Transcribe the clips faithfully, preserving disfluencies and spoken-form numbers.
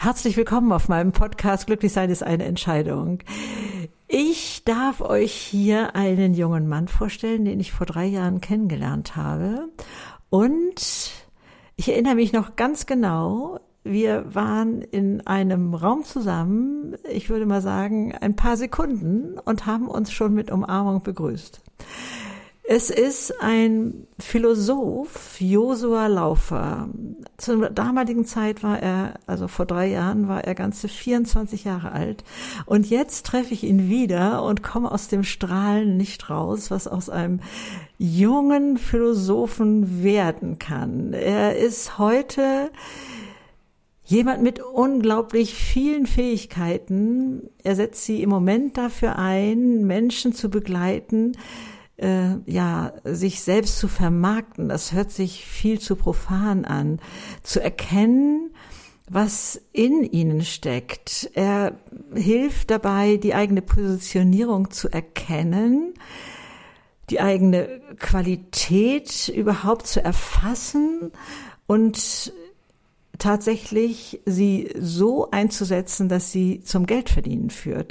Herzlich willkommen auf meinem Podcast Glücklich sein ist eine Entscheidung. Ich darf euch hier einen jungen Mann vorstellen, den ich vor drei Jahren kennengelernt habe. Und ich erinnere mich noch ganz genau, wir waren in einem Raum zusammen, ich würde mal sagen, ein paar Sekunden und haben uns schon mit Umarmung begrüßt. Es ist ein Philosoph, Josua Laufer. Zur damaligen Zeit war er, also vor drei Jahren, war er ganze vierundzwanzig Jahre alt. Und jetzt treffe ich ihn wieder und komme aus dem Strahlen nicht raus, was aus einem jungen Philosophen werden kann. Er ist heute jemand mit unglaublich vielen Fähigkeiten. Er setzt sie im Moment dafür ein, Menschen zu begleiten, Äh, ja, sich selbst zu vermarkten, das hört sich viel zu profan an, zu erkennen, was in ihnen steckt. Er hilft dabei, die eigene Positionierung zu erkennen, die eigene Qualität überhaupt zu erfassen und tatsächlich sie so einzusetzen, dass sie zum Geldverdienen führt.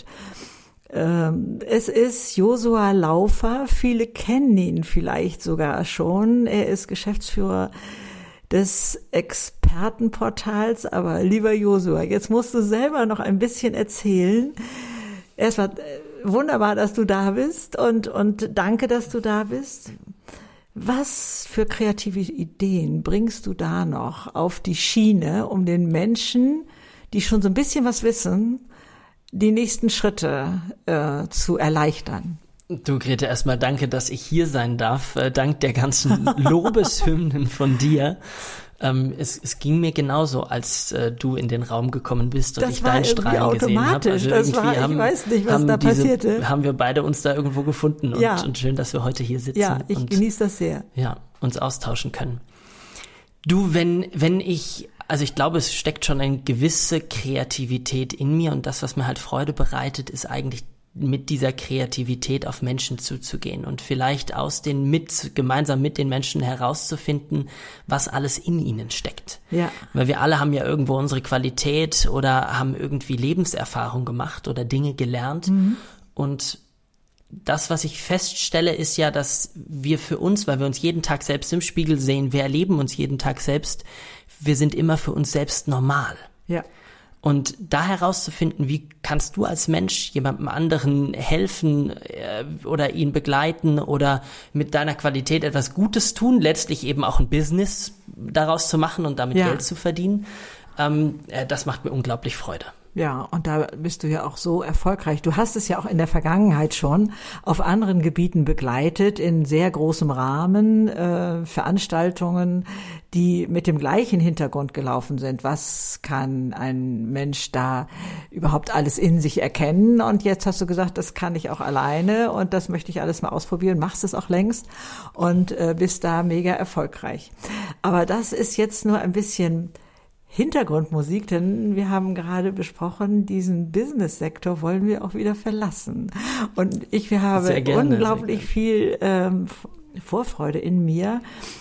Es ist Josua Laufer, viele kennen ihn vielleicht sogar schon. Er ist Geschäftsführer des Expertenportals, aber lieber Josua, jetzt musst du selber noch ein bisschen erzählen. Erstmal wunderbar, dass du da bist und, und danke, dass du da bist. Was für kreative Ideen bringst du da noch auf die Schiene, um den Menschen, die schon so ein bisschen was wissen, die nächsten Schritte äh, zu erleichtern? Du, Grete, erstmal danke, dass ich hier sein darf. Äh, dank der ganzen Lobeshymnen von dir. Ähm, es, es ging mir genauso, als äh, du in den Raum gekommen bist und das ich deinen Strahlen gesehen habe. Also das war, ich haben, weiß nicht, was da diese, passierte. Haben wir beide uns da irgendwo gefunden und, ja. und schön, dass wir heute hier sitzen. Ja, ich und, genieße das sehr. Ja, uns austauschen können. Du, wenn, wenn ich... Also ich glaube, es steckt schon eine gewisse Kreativität in mir und das, was mir halt Freude bereitet, ist eigentlich mit dieser Kreativität auf Menschen zuzugehen und vielleicht aus den mit, gemeinsam mit den Menschen herauszufinden, was alles in ihnen steckt. Ja. Weil wir alle haben ja irgendwo unsere Qualität oder haben irgendwie Lebenserfahrung gemacht oder Dinge gelernt mhm. und das, was ich feststelle, ist ja, dass wir für uns, weil wir uns jeden Tag selbst im Spiegel sehen, wir erleben uns jeden Tag selbst, wir sind immer für uns selbst normal. Ja. Und da herauszufinden, wie kannst du als Mensch jemandem anderen helfen äh, oder ihn begleiten oder mit deiner Qualität etwas Gutes tun, letztlich eben auch ein Business daraus zu machen und damit ja. Geld zu verdienen, ähm, äh, das macht mir unglaublich Freude. Ja, und da bist du ja auch so erfolgreich. Du hast es ja auch in der Vergangenheit schon auf anderen Gebieten begleitet, in sehr großem Rahmen, äh, Veranstaltungen, die mit dem gleichen Hintergrund gelaufen sind. Was kann ein Mensch da überhaupt alles in sich erkennen? Und jetzt hast du gesagt, das kann ich auch alleine und das möchte ich alles mal ausprobieren. Machst es auch längst und äh, bist da mega erfolgreich. Aber das ist jetzt nur ein bisschen Hintergrundmusik, denn wir haben gerade besprochen, diesen Business-Sektor wollen wir auch wieder verlassen. Und ich habe gerne, unglaublich viel ähm, Vorfreude in mir,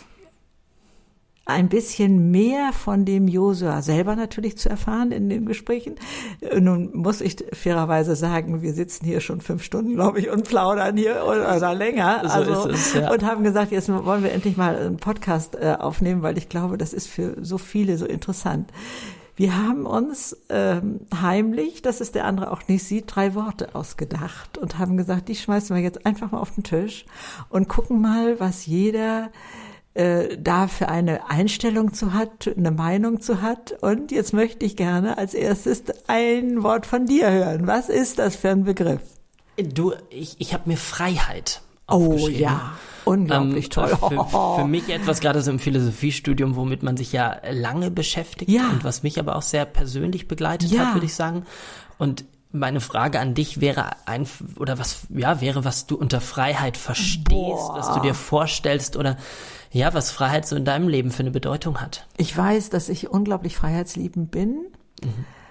ein bisschen mehr von dem Josua selber natürlich zu erfahren in den Gesprächen. Nun muss ich fairerweise sagen, wir sitzen hier schon fünf Stunden, glaube ich, und plaudern hier oder, oder länger. So also ist es, ja. Und haben gesagt, jetzt wollen wir endlich mal einen Podcast äh, aufnehmen, weil ich glaube, das ist für so viele so interessant. Wir haben uns ähm, heimlich, dass es der andere auch nicht sieht, drei Worte ausgedacht und haben gesagt, die schmeißen wir jetzt einfach mal auf den Tisch und gucken mal, was jeder äh, da für eine Einstellung zu hat, eine Meinung zu hat. Und jetzt möchte ich gerne als erstes ein Wort von dir hören. Was ist das für ein Begriff? Du, ich, ich habe mir Freiheit aufgeschrieben. Oh ja, unglaublich ähm, toll. Für, für mich etwas gerade so im Philosophiestudium, womit man sich ja lange beschäftigt ja. und was mich aber auch sehr persönlich begleitet ja. hat, würde ich sagen. Und meine Frage an dich wäre ein, oder was, ja, wäre, was du unter Freiheit verstehst, Boah. was du dir vorstellst oder ja, was Freiheit so in deinem Leben für eine Bedeutung hat. Ich weiß, dass ich unglaublich freiheitsliebend bin. Mhm.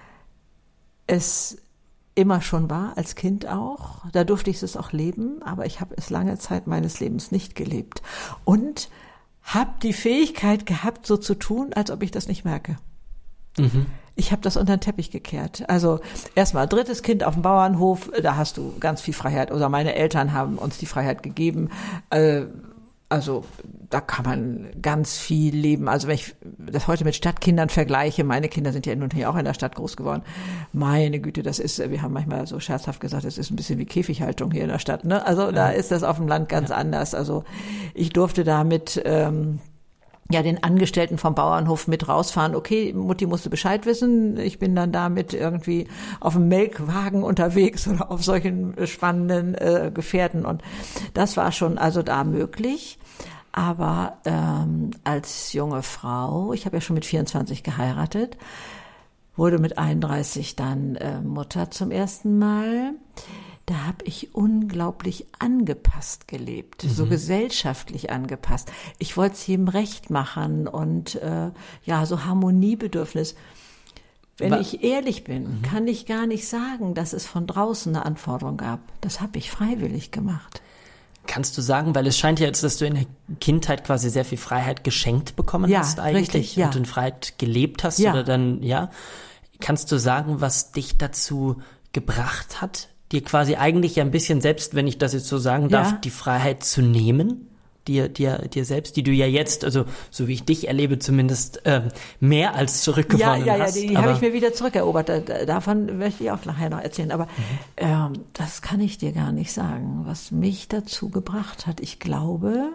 Es immer schon war, als Kind auch. Da durfte ich es auch leben, aber ich habe es lange Zeit meines Lebens nicht gelebt. Und habe die Fähigkeit gehabt, so zu tun, als ob ich das nicht merke. Mhm. Ich habe das unter den Teppich gekehrt. Also erstmal drittes Kind auf dem Bauernhof, da hast du ganz viel Freiheit. Oder meine Eltern haben uns die Freiheit gegeben. Also da kann man ganz viel leben. Also wenn ich das heute mit Stadtkindern vergleiche, meine Kinder sind ja nun hier auch in der Stadt groß geworden. Meine Güte, das ist, wir haben manchmal so scherzhaft gesagt, das ist ein bisschen wie Käfighaltung hier in der Stadt. Ne? Also da ist das auf dem Land ganz ja. anders. Also ich durfte da mit ähm, ja, den Angestellten vom Bauernhof mit rausfahren. Okay, Mutti musste Bescheid wissen. Ich bin dann damit irgendwie auf dem Melkwagen unterwegs oder auf solchen spannenden äh, Gefährten. Und das war schon also da möglich. Aber ähm, als junge Frau, ich habe ja schon mit vierundzwanzig geheiratet, wurde mit einunddreißig dann äh, Mutter zum ersten Mal. Da habe ich unglaublich angepasst gelebt, mhm. so gesellschaftlich angepasst. Ich wollte es jedem recht machen und äh, ja, so Harmoniebedürfnis. Wenn Wa- ich ehrlich bin, mhm. kann ich gar nicht sagen, dass es von draußen eine Anforderung gab. Das habe ich freiwillig gemacht. Kannst du sagen, weil es scheint ja jetzt, dass du in der Kindheit quasi sehr viel Freiheit geschenkt bekommen ja, hast eigentlich richtig, ja. und in Freiheit gelebt hast ja. oder dann, ja. Kannst du sagen, was dich dazu gebracht hat, dir quasi eigentlich ja ein bisschen selbst, wenn ich das jetzt so sagen darf, ja. die Freiheit zu nehmen, dir, dir, dir selbst, die du ja jetzt, also so wie ich dich erlebe zumindest, ähm, mehr als zurückgewonnen ja, ja, hast. Ja, die, die habe ich mir wieder zurückerobert. Da, da, davon möchte ich auch nachher noch erzählen. Aber mhm. ähm, das kann ich dir gar nicht sagen, was mich dazu gebracht hat. Ich glaube,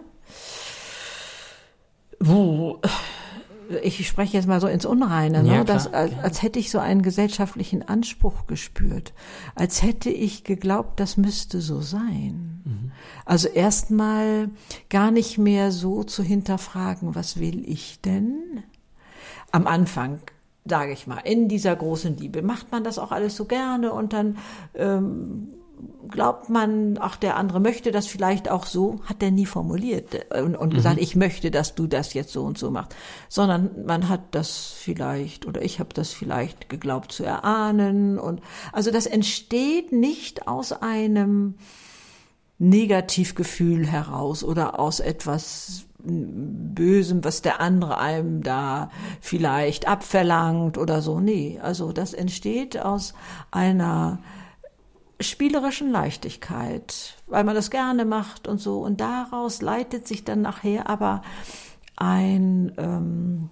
wo... Ich spreche jetzt mal so ins Unreine, ne? Ja, das, klar, als, als hätte ich so einen gesellschaftlichen Anspruch gespürt, als hätte ich geglaubt, das müsste so sein. Mhm. Also erstmal gar nicht mehr so zu hinterfragen, was will ich denn? Am Anfang, sage ich mal, in dieser großen Liebe macht man das auch alles so gerne und dann ähm, glaubt man, ach, der andere möchte das vielleicht auch so, hat der nie formuliert und, und mhm. gesagt, ich möchte, dass du das jetzt so und so machst, sondern man hat das vielleicht oder ich habe das vielleicht geglaubt zu erahnen und also das entsteht nicht aus einem Negativgefühl heraus oder aus etwas Bösem, was der andere einem da vielleicht abverlangt oder so, nee, also das entsteht aus einer spielerischen Leichtigkeit, weil man das gerne macht und so. Und daraus leitet sich dann nachher aber ein ähm,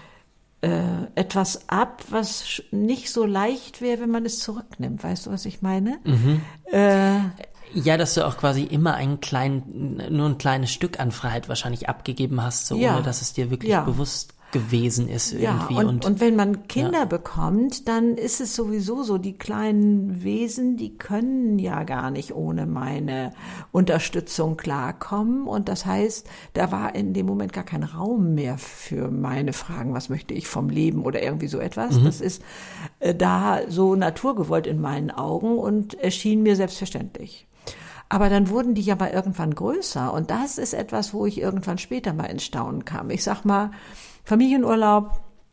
äh, etwas ab, was nicht so leicht wäre, wenn man es zurücknimmt. Weißt du, was ich meine? Mhm. Äh, ja, dass du auch quasi immer ein klein, nur ein kleines Stück an Freiheit wahrscheinlich abgegeben hast, so ja, ohne dass es dir wirklich ja. bewusst gewesen ist irgendwie. Ja, und, und, und wenn man Kinder ja. bekommt, dann ist es sowieso so, die kleinen Wesen, die können ja gar nicht ohne meine Unterstützung klarkommen. Und das heißt, da war in dem Moment gar kein Raum mehr für meine Fragen, was möchte ich vom Leben oder irgendwie so etwas. Mhm. Das ist äh, da so naturgewollt in meinen Augen und erschien mir selbstverständlich. Aber dann wurden die ja mal irgendwann größer. Und das ist etwas, wo ich irgendwann später mal ins Staunen kam. Ich sag mal, Familienurlaub,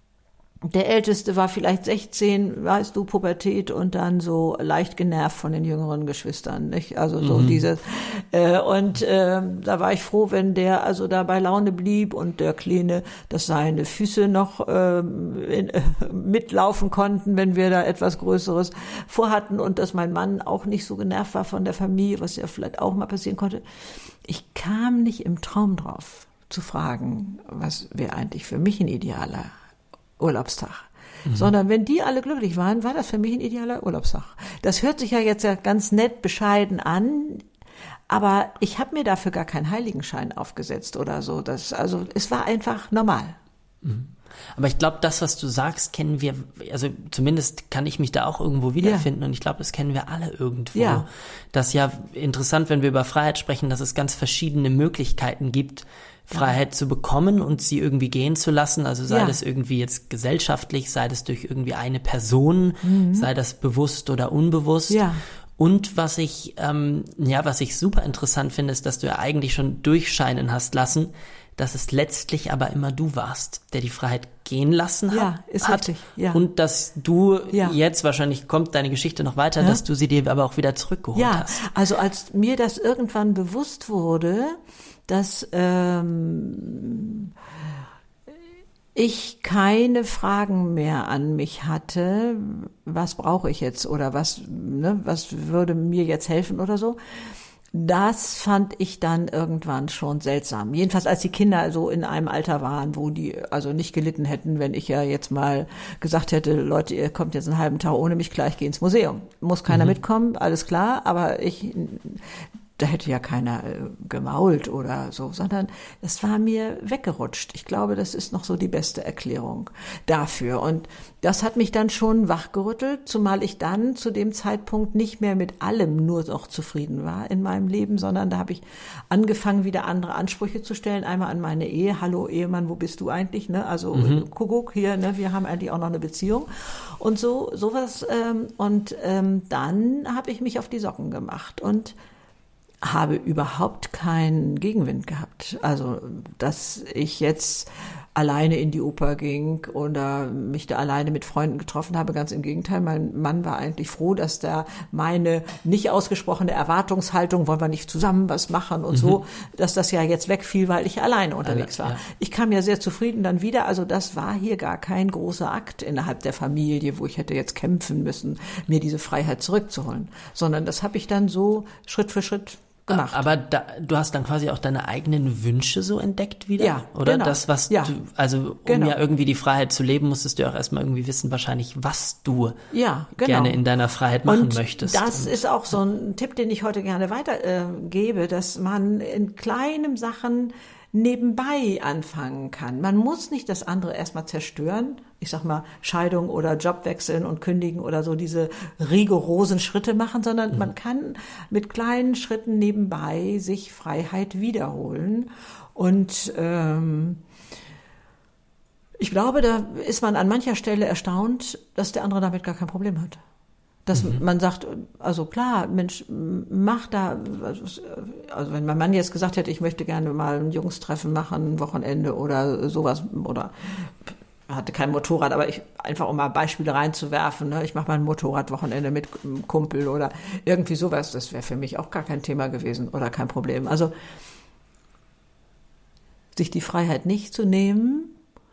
der Älteste war vielleicht sechzehn, weißt du, Pubertät und dann so leicht genervt von den jüngeren Geschwistern, nicht? Also so mhm. dieses, äh, und äh, da war ich froh, wenn der also da bei Laune blieb und der Kleine, dass seine Füße noch äh, in, äh, mitlaufen konnten, wenn wir da etwas Größeres vorhatten und dass mein Mann auch nicht so genervt war von der Familie, was ja vielleicht auch mal passieren konnte. Ich kam nicht im Traum drauf zu fragen, was wäre eigentlich für mich ein idealer Urlaubstag. Mhm. Sondern wenn die alle glücklich waren, war das für mich ein idealer Urlaubstag. Das hört sich ja jetzt ja ganz nett bescheiden an, aber ich habe mir dafür gar keinen Heiligenschein aufgesetzt oder so. Das, also es war einfach normal. Mhm. Aber ich glaube, das, was du sagst, kennen wir, also zumindest kann ich mich da auch irgendwo wiederfinden ja. und ich glaube, das kennen wir alle irgendwo. Ja. Das ist ja interessant, wenn wir über Freiheit sprechen, dass es ganz verschiedene Möglichkeiten gibt, Freiheit ja. zu bekommen und sie irgendwie gehen zu lassen, also sei ja. das irgendwie jetzt gesellschaftlich, sei das durch irgendwie eine Person, mhm. sei das bewusst oder unbewusst. Ja. Und was ich, ähm, ja, was ich super interessant finde, ist, dass du ja eigentlich schon durchscheinen hast lassen, dass es letztlich aber immer du warst, der die Freiheit gehen lassen ja, hat. Ist richtig, ja. Und dass du ja. jetzt, wahrscheinlich kommt deine Geschichte noch weiter, ja. dass du sie dir aber auch wieder zurückgeholt ja. hast. Ja, also als mir das irgendwann bewusst wurde, dass ähm, ich keine Fragen mehr an mich hatte, was brauche ich jetzt oder was, ne, was würde mir jetzt helfen oder so. Das fand ich dann irgendwann schon seltsam. Jedenfalls als die Kinder so in einem Alter waren, wo die also nicht gelitten hätten, wenn ich ja jetzt mal gesagt hätte, Leute, ihr kommt jetzt einen halben Tag ohne mich, gleich geh ins Museum. Muss keiner mhm. mitkommen, alles klar, aber ich, da hätte ja keiner gemault oder so, sondern es war mir weggerutscht. Ich glaube, das ist noch so die beste Erklärung dafür. Und das hat mich dann schon wachgerüttelt, zumal ich dann zu dem Zeitpunkt nicht mehr mit allem nur noch zufrieden war in meinem Leben, sondern da habe ich angefangen, wieder andere Ansprüche zu stellen. Einmal an meine Ehe. Hallo Ehemann, wo bist du eigentlich? Ne? Also mhm. Kuckuck hier, ne? Wir haben eigentlich auch noch eine Beziehung und so sowas. Ähm, und ähm, dann habe ich mich auf die Socken gemacht und habe überhaupt keinen Gegenwind gehabt. Also, dass ich jetzt alleine in die Oper ging oder mich da alleine mit Freunden getroffen habe, ganz im Gegenteil. Mein Mann war eigentlich froh, dass da meine nicht ausgesprochene Erwartungshaltung, wollen wir nicht zusammen was machen und mhm. so, dass das ja jetzt wegfiel, weil ich alleine unterwegs war. Ja. Ich kam ja sehr zufrieden dann wieder. Also das war hier gar kein großer Akt innerhalb der Familie, wo ich hätte jetzt kämpfen müssen, mir diese Freiheit zurückzuholen. Sondern das habe ich dann so Schritt für Schritt gemacht. Aber da, du hast dann quasi auch deine eigenen Wünsche so entdeckt wieder? Ja, oder? Genau. Das, was ja. du, also um genau. ja irgendwie die Freiheit zu leben, musstest du auch erstmal irgendwie wissen, wahrscheinlich, was du ja, genau. gerne in deiner Freiheit machen und möchtest. Das und, ist auch so ein Tipp, den ich heute gerne weitergebe, äh, dass man in kleinen Sachen nebenbei anfangen kann. Man muss nicht das andere erstmal zerstören. Ich sag mal, Scheidung oder Job wechseln und kündigen oder so diese rigorosen Schritte machen, sondern mhm. man kann mit kleinen Schritten nebenbei sich Freiheit wiederholen. Und ähm, ich glaube, da ist man an mancher Stelle erstaunt, dass der andere damit gar kein Problem hat. Dass mhm. man sagt, also klar, Mensch, mach da, also wenn mein Mann jetzt gesagt hätte, ich möchte gerne mal ein Jungstreffen machen, ein Wochenende oder sowas, oder hatte kein Motorrad, aber ich, einfach um mal Beispiele reinzuwerfen, ne, ich mache mal ein Motorradwochenende mit einem Kumpel oder irgendwie sowas, das wäre für mich auch gar kein Thema gewesen oder kein Problem. Also sich die Freiheit nicht zu nehmen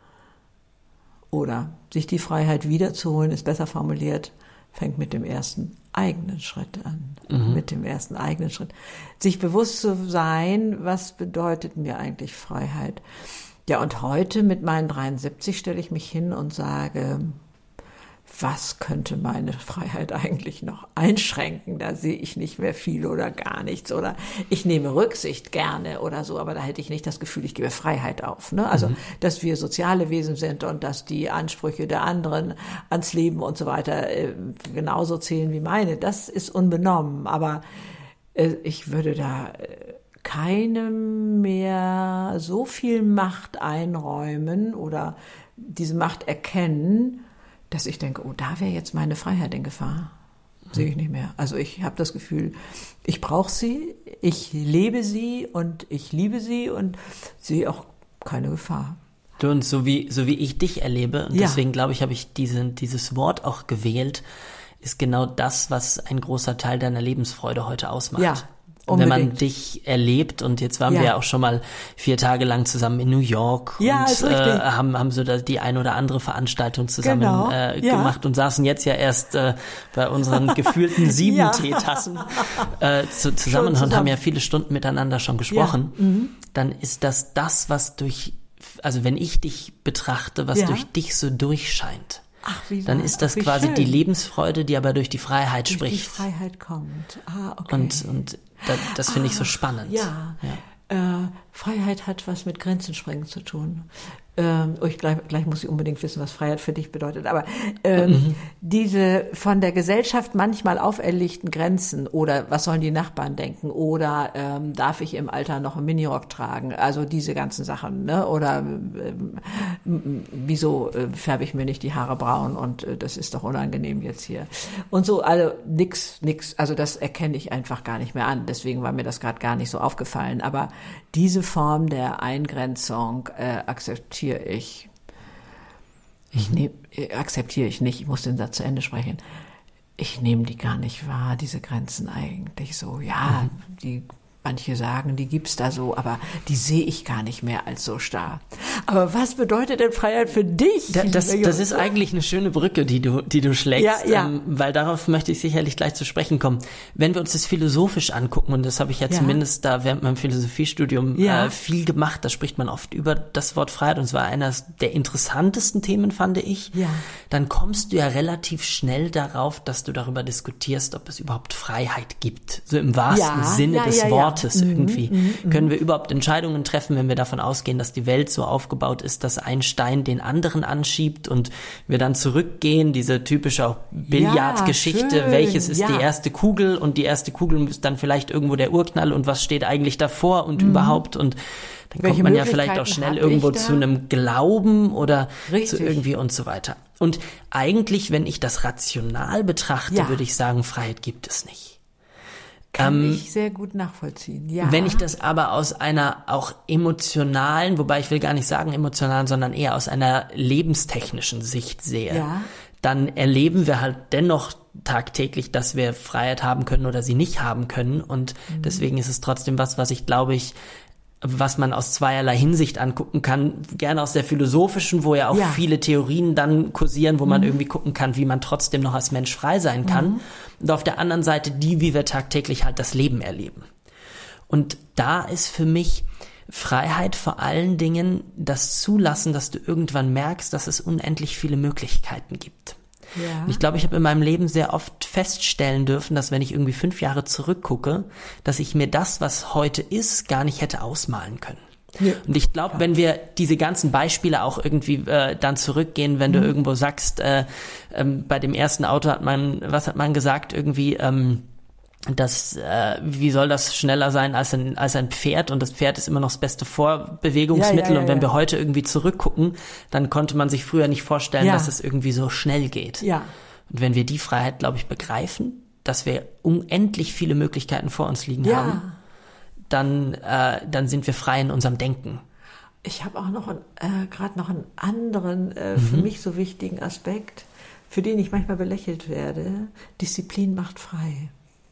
oder sich die Freiheit wiederzuholen, ist besser formuliert, fängt mit dem ersten eigenen Schritt an. Mhm. Mit dem ersten eigenen Schritt. Sich bewusst zu sein, was bedeutet mir eigentlich Freiheit? Ja, und heute mit meinen dreiundsiebzig stelle ich mich hin und sage, was könnte meine Freiheit eigentlich noch einschränken? Da sehe ich nicht mehr viel oder gar nichts. Oder ich nehme Rücksicht gerne oder so, aber da hätte ich nicht das Gefühl, ich gebe Freiheit auf. Ne? Also, mhm. dass wir soziale Wesen sind und dass die Ansprüche der anderen ans Leben und so weiter äh, genauso zählen wie meine, das ist unbenommen. Aber äh, ich würde da äh, keinem mehr so viel Macht einräumen oder diese Macht erkennen, dass ich denke, oh, da wäre jetzt meine Freiheit in Gefahr. Sehe ich nicht mehr. Also ich habe das Gefühl, ich brauche sie, ich lebe sie und ich liebe sie und sehe auch keine Gefahr. Du, und so wie, so wie ich dich erlebe, und ja. deswegen glaube ich, habe ich diese, dieses Wort auch gewählt, ist genau das, was ein großer Teil deiner Lebensfreude heute ausmacht. Ja. Unbedingt. Wenn man dich erlebt, und jetzt waren ja. wir ja auch schon mal vier Tage lang zusammen in New York ja, und ist äh, richtig. haben haben so da die ein oder andere Veranstaltung zusammen genau. äh, ja. gemacht und saßen jetzt ja erst äh, bei unseren gefühlten sieben ja. Teetassen äh, zu, zusammen, zusammen und haben ja viele Stunden miteinander schon gesprochen. Ja. Mhm. Dann ist das das, was durch, also wenn ich dich betrachte, was ja. durch dich so durchscheint. Ach, wie dann ist das Ach, quasi schön. Die Lebensfreude, die aber durch die Freiheit durch spricht. Die Freiheit kommt. Ah, okay. Und, und da, das finde ich so spannend. Ja, ja. Äh, Freiheit hat was mit Grenzen sprengen zu tun. Ähm, oh, ich gleich, gleich muss ich unbedingt wissen, was Freiheit für dich bedeutet. Aber ähm, mhm. diese von der Gesellschaft manchmal auferlegten Grenzen oder was sollen die Nachbarn denken oder ähm, darf ich im Alter noch einen Minirock tragen? Also diese ganzen Sachen. Ne? Oder ähm, wieso äh, färbe ich mir nicht die Haare braun und äh, das ist doch unangenehm jetzt hier. Und so, also nix, nix. Also das erkenne ich einfach gar nicht mehr an. Deswegen war mir das gerade gar nicht so aufgefallen. Aber diese Form der Eingrenzung äh, akzeptiere ich. Ich nehme, akzeptiere ich nicht, ich muss den Satz zu Ende sprechen. Ich nehme die gar nicht wahr, diese Grenzen eigentlich so. Ja, mhm. die, manche sagen, die gibt's da so, aber die sehe ich gar nicht mehr als so starr. Aber was bedeutet denn Freiheit für dich? Da, das, das ist eigentlich eine schöne Brücke, die du, die du schlägst, ja, ja. Ähm, weil darauf möchte ich sicherlich gleich zu sprechen kommen. Wenn wir uns das philosophisch angucken, und das habe ich ja, ja. zumindest da während meinem Philosophiestudium ja. äh, viel gemacht, da spricht man oft über das Wort Freiheit, und es war eines der interessantesten Themen, fand ich. Ja. Dann kommst du ja relativ schnell darauf, dass du darüber diskutierst, ob es überhaupt Freiheit gibt. So im wahrsten ja. Sinne ja, des ja, Wortes ja. irgendwie. Mhm, mhm. Können wir überhaupt Entscheidungen treffen, wenn wir davon ausgehen, dass die Welt so aufgebaut ist, dass ein Stein den anderen anschiebt und wir dann zurückgehen, diese typische auch Billardgeschichte, ja, welches ist ja. die erste Kugel, und die erste Kugel ist dann vielleicht irgendwo der Urknall, und was steht eigentlich davor und mhm. überhaupt, und dann Welche kommt man ja vielleicht auch schnell irgendwo zu einem Glauben oder Richtig. zu irgendwie und so weiter. Und eigentlich, wenn ich das rational betrachte, ja. würde ich sagen, Freiheit gibt es nicht. Kann ähm, ich sehr gut nachvollziehen, ja. Wenn ich das aber aus einer auch emotionalen, wobei ich will gar nicht sagen emotionalen, sondern eher aus einer lebenstechnischen Sicht sehe, ja. dann erleben wir halt dennoch tagtäglich, dass wir Freiheit haben können oder sie nicht haben können, und mhm. deswegen ist es trotzdem was, was ich glaube ich, was man aus zweierlei Hinsicht angucken kann, gerne aus der philosophischen, wo ja auch ja. viele Theorien dann kursieren, wo man mhm. irgendwie gucken kann, wie man trotzdem noch als Mensch frei sein kann. Mhm. Und auf der anderen Seite die, wie wir tagtäglich halt das Leben erleben. Und da ist für mich Freiheit vor allen Dingen das Zulassen, dass du irgendwann merkst, dass es unendlich viele Möglichkeiten gibt. Ja. Und ich glaube, ich habe in meinem Leben sehr oft feststellen dürfen, dass wenn ich irgendwie fünf Jahre zurückgucke, dass ich mir das, was heute ist, gar nicht hätte ausmalen können. Ja. Und ich glaube, ja. wenn wir diese ganzen Beispiele auch irgendwie äh, dann zurückgehen, wenn mhm. du irgendwo sagst, äh, ähm, bei dem ersten Auto hat man, was hat man gesagt, irgendwie, ähm, das, äh, wie soll das schneller sein als ein, als ein Pferd, und das Pferd ist immer noch das beste Vorbewegungsmittel, ja, ja, ja, und wenn ja. wir heute irgendwie zurückgucken, dann konnte man sich früher nicht vorstellen, ja. dass es irgendwie so schnell geht. Ja. Und wenn wir die Freiheit, glaube ich, begreifen, dass wir unendlich viele Möglichkeiten vor uns liegen ja. haben, dann, äh, dann sind wir frei in unserem Denken. Ich habe auch noch ein, äh, gerade noch einen anderen, äh, mhm. für mich so wichtigen Aspekt, für den ich manchmal belächelt werde. Disziplin macht frei.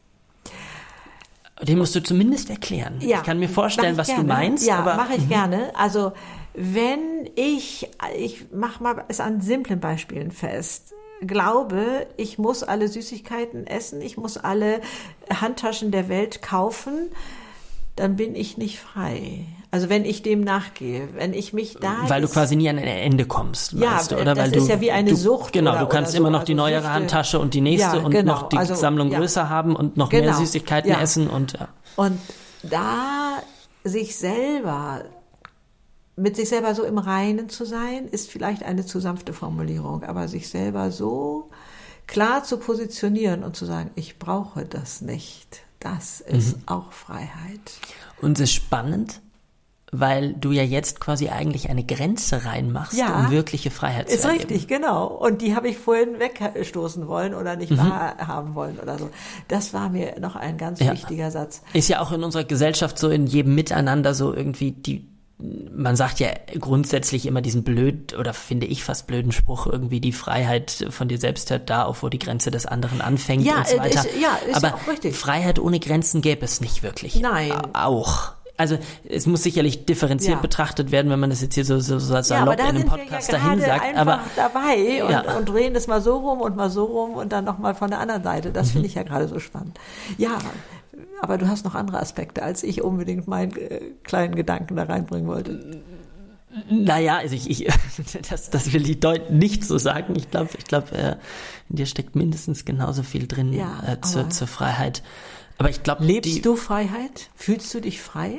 Den musst du zumindest erklären. Ja, ich kann mir vorstellen, was gerne. du meinst. Ja, aber mache ich mhm. gerne. Also wenn ich, ich mache mal es an simplen Beispielen fest, glaube, ich muss alle Süßigkeiten essen, ich muss alle Handtaschen der Welt kaufen, dann bin ich nicht frei. Also wenn ich dem nachgehe, wenn ich mich da... Weil du quasi nie an ein Ende kommst, meinst ja, du? Oder das weil ist du, ja wie eine du, Sucht. Genau, oder, du kannst so. immer noch also die neuere Süchte. Handtasche und die nächste ja, und genau. noch die also, Sammlung ja. größer haben und noch genau. mehr Süßigkeiten ja. essen. Und, ja. und da sich selber, mit sich selber so im Reinen zu sein, ist vielleicht eine zu sanfte Formulierung, aber sich selber so klar zu positionieren und zu sagen, ich brauche das nicht, das ist mhm. auch Freiheit. Und es ist spannend, weil du ja jetzt quasi eigentlich eine Grenze reinmachst, ja, um wirkliche Freiheit zu ist erleben. Ist richtig, genau. Und die habe ich vorhin wegstoßen wollen oder nicht mhm. wahrhaben wollen oder so. Das war mir noch ein ganz ja. wichtiger Satz. Ist ja auch in unserer Gesellschaft so, in jedem Miteinander so irgendwie die, man sagt ja grundsätzlich immer diesen blöd oder finde ich fast blöden Spruch, irgendwie die Freiheit von dir selbst hört da auf, wo die Grenze des anderen anfängt ja, und so weiter. Ist, ja, ist aber auch richtig. Freiheit ohne Grenzen gäbe es nicht wirklich. Nein. Auch. Also es muss sicherlich differenziert ja. betrachtet werden, wenn man das jetzt hier so, so, so salopp ja, in einem Podcast ja dahin sagt. Einfach aber dabei und, ja. und drehen das mal so rum und mal so rum und dann nochmal von der anderen Seite. Das mhm. finde ich ja gerade so spannend. Ja, aber du hast noch andere Aspekte, als ich unbedingt meinen äh, kleinen Gedanken da reinbringen wollte. Naja, also ich, ich das, das will ich deut nicht so sagen. Ich glaube, ich glaube, äh, in dir steckt mindestens genauso viel drin ja, äh, zur, zur Freiheit. Aber ich glaube, lebst die, du Freiheit? Fühlst du dich frei?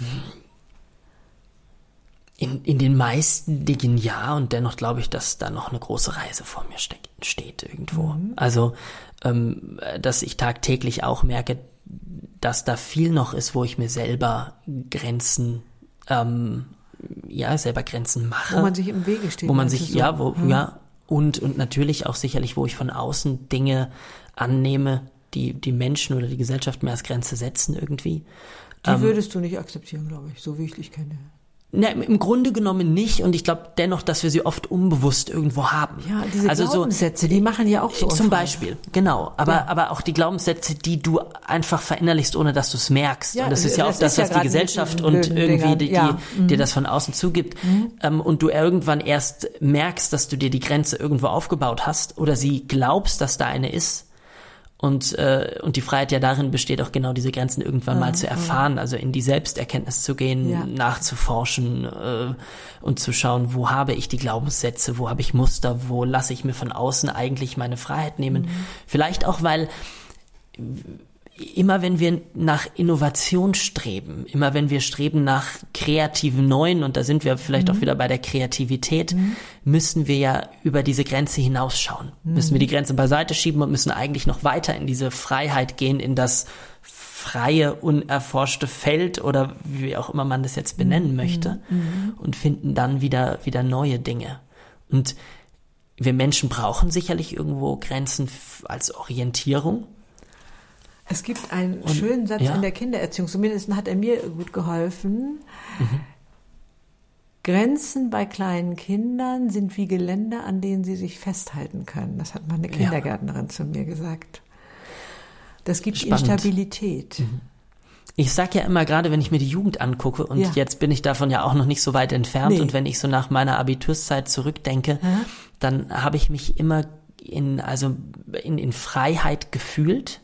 In, in den meisten Dingen ja, und dennoch glaube ich, dass da noch eine große Reise vor mir steck, steht irgendwo. Mhm. Also, ähm, dass ich tagtäglich auch merke, dass da viel noch ist, wo ich mir selber Grenzen, ähm, ja, selber Grenzen mache. Wo man sich im Wege steht. Wo man sich, so. ja, wo, mhm. ja, und, und natürlich auch sicherlich, wo ich von außen Dinge annehme, die die Menschen oder die Gesellschaft mir als Grenze setzen irgendwie. Die ähm, würdest du nicht akzeptieren, glaube ich, so wie ich dich kenne. Na, im Grunde genommen nicht und ich glaube dennoch, dass wir sie oft unbewusst irgendwo haben. Ja, diese also Glaubenssätze, so, die machen ja auch so. Zum Beispiel, genau. Aber, ja. aber auch die Glaubenssätze, die du einfach verinnerlichst, ohne dass du es merkst. Ja, und das ist ja oft das, was ja die Gesellschaft und irgendwie die, die, ja. die, mhm. dir das von außen zugibt. Mhm. Ähm, und du irgendwann erst merkst, dass du dir die Grenze irgendwo aufgebaut hast oder sie glaubst, dass da eine ist. Und äh, und die Freiheit ja darin besteht, auch genau diese Grenzen irgendwann ja, mal zu erfahren, ja. also in die Selbsterkenntnis zu gehen, ja. nachzuforschen äh, und zu schauen, wo habe ich die Glaubenssätze, wo habe ich Muster, wo lasse ich mir von außen eigentlich meine Freiheit nehmen. Mhm. Vielleicht auch, weil immer wenn wir nach Innovation streben, immer wenn wir streben nach kreativen Neuen, und da sind wir vielleicht mhm. auch wieder bei der Kreativität, mhm. müssen wir ja über diese Grenze hinausschauen. Mhm. Müssen wir die Grenze beiseite schieben und müssen eigentlich noch weiter in diese Freiheit gehen, in das freie, unerforschte Feld oder wie auch immer man das jetzt benennen mhm. möchte mhm. und finden dann wieder, wieder neue Dinge. Und wir Menschen brauchen sicherlich irgendwo Grenzen als Orientierung. Es gibt einen und, schönen Satz ja. in der Kindererziehung, zumindest hat er mir gut geholfen. Mhm. Grenzen bei kleinen Kindern sind wie Geländer, an denen sie sich festhalten können. Das hat mal eine Kindergärtnerin ja. zu mir gesagt. Das gibt ihnen Stabilität. Mhm. Ich sage ja immer, gerade wenn ich mir die Jugend angucke, und ja. jetzt bin ich davon ja auch noch nicht so weit entfernt, nee. und wenn ich so nach meiner Abiturszeit zurückdenke, mhm. dann habe ich mich immer in, also in, in Freiheit gefühlt,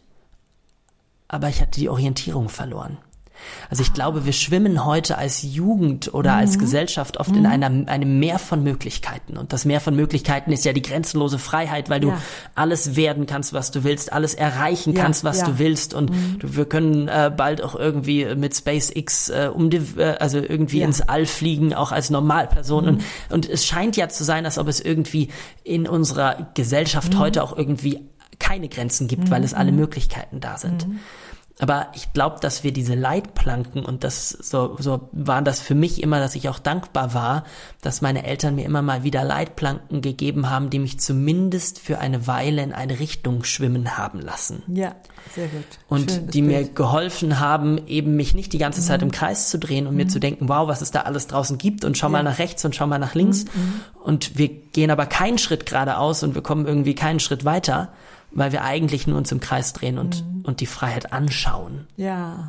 aber ich hatte die Orientierung verloren. Also ich glaube, wir schwimmen heute als Jugend oder mhm. als Gesellschaft oft mhm. in einer, einem Meer von Möglichkeiten. Und das Meer von Möglichkeiten ist ja die grenzenlose Freiheit, weil du ja. alles werden kannst, was du willst, alles erreichen ja, kannst, was ja. du willst. Und mhm. du, wir können äh, bald auch irgendwie mit SpaceX äh, um die, äh, also irgendwie ja. ins All fliegen, auch als Normalperson. Mhm. Und, und es scheint ja zu sein, als ob es irgendwie in unserer Gesellschaft mhm. heute auch irgendwie keine Grenzen gibt, mhm. weil es alle Möglichkeiten da sind. Mhm. Aber ich glaube, dass wir diese Leitplanken, und das so, so war das für mich immer, dass ich auch dankbar war, dass meine Eltern mir immer mal wieder Leitplanken gegeben haben, die mich zumindest für eine Weile in eine Richtung schwimmen haben lassen. Ja, sehr gut. Und Schön, die mir geholfen haben, eben mich nicht die ganze Zeit mhm. im Kreis zu drehen und mhm. mir zu denken, wow, was es da alles draußen gibt, und schau ja. mal nach rechts und schau mal nach links. Mhm. Und wir gehen aber keinen Schritt geradeaus und wir kommen irgendwie keinen Schritt weiter, weil wir eigentlich nur uns im Kreis drehen und, mhm. und die Freiheit anschauen. Ja,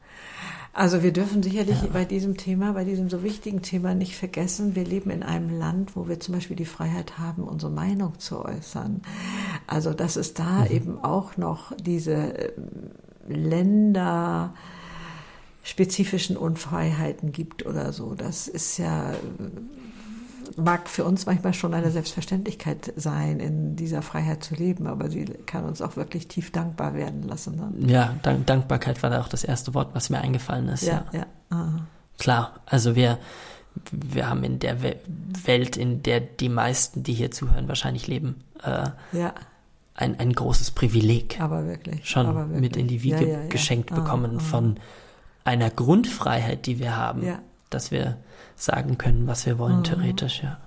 also wir dürfen sicherlich ja. bei diesem Thema, bei diesem so wichtigen Thema nicht vergessen, wir leben in einem Land, wo wir zum Beispiel die Freiheit haben, unsere Meinung zu äußern. Also dass es da mhm. eben auch noch diese länderspezifischen Unfreiheiten gibt oder so. Das ist ja... mag für uns manchmal schon eine Selbstverständlichkeit sein, in dieser Freiheit zu leben, aber sie kann uns auch wirklich tief dankbar werden lassen. Ne? Ja, Dank- Dankbarkeit war da auch das erste Wort, was mir eingefallen ist. Ja, ja. ja. Klar, also wir, wir haben in der We- Welt, in der die meisten, die hier zuhören, wahrscheinlich leben, äh, ja. ein, ein großes Privileg. Aber wirklich. Schon aber wirklich. mit in die Wiege ja, ja, ja. geschenkt ah, bekommen ah. von einer Grundfreiheit, die wir haben, ja. dass wir sagen können, was wir wollen, mhm. theoretisch, ja.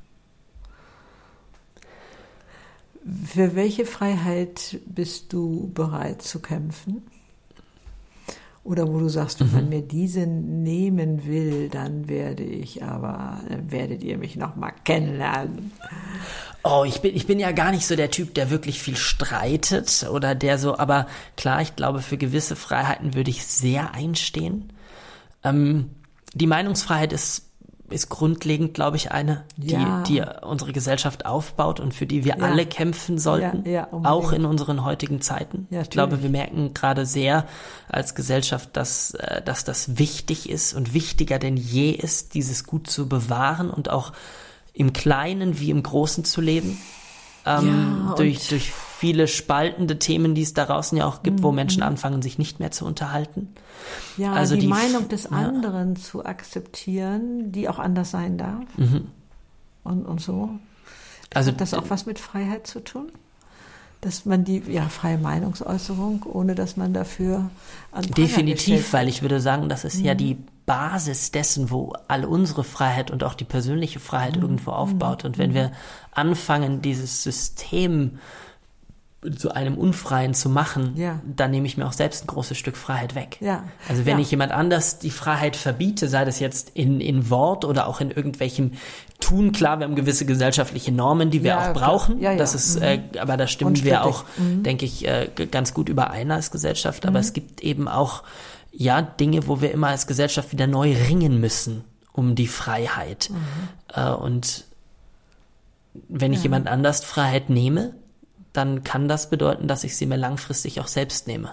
Für welche Freiheit bist du bereit zu kämpfen? Oder wo du sagst, wenn mhm. man mir diese nehmen will, dann werde ich aber, dann werdet ihr mich noch mal kennenlernen. Oh, ich bin, ich bin ja gar nicht so der Typ, der wirklich viel streitet oder der so, aber klar, ich glaube, für gewisse Freiheiten würde ich sehr einstehen. Ähm, die Meinungsfreiheit ist ist grundlegend, glaube ich, eine, die, ja. die unsere Gesellschaft aufbaut und für die wir ja. alle kämpfen sollten, ja, ja, auch in unseren heutigen Zeiten. Ja, ich glaube, wir merken gerade sehr als Gesellschaft, dass, dass das wichtig ist und wichtiger denn je ist, dieses Gut zu bewahren und auch im Kleinen wie im Großen zu leben. Ähm, ja, durch, durch viele spaltende Themen, die es da draußen ja auch gibt, mhm. wo Menschen anfangen, sich nicht mehr zu unterhalten. Ja, also die, die Meinung des ja. anderen zu akzeptieren, die auch anders sein darf. Mhm. Und, und so. Also hat das auch was mit Freiheit zu tun? Dass man die, ja, freie Meinungsäußerung, ohne dass man dafür an definitiv, weil ich würde sagen, das ist mhm. ja die Basis dessen, wo all unsere Freiheit und auch die persönliche Freiheit mhm. irgendwo aufbaut. Und wenn wir anfangen, dieses System zu einem Unfreien zu machen, Ja. dann nehme ich mir auch selbst ein großes Stück Freiheit weg. Ja. Also wenn Ja. ich jemand anders die Freiheit verbiete, sei das jetzt in, in Wort oder auch in irgendwelchem Tun, klar, wir haben gewisse gesellschaftliche Normen, die wir Ja, auch klar. brauchen, Ja, ja. das ist, Mhm. äh, aber da stimmen Unstrittig. wir auch, Mhm. denke ich, äh, g- ganz gut überein als Gesellschaft, aber es gibt eben auch, ja, Dinge, wo wir immer als Gesellschaft wieder neu ringen müssen um die Freiheit. Äh, und wenn ich Ja. jemand anders Freiheit nehme, dann kann das bedeuten, dass ich sie mir langfristig auch selbst nehme.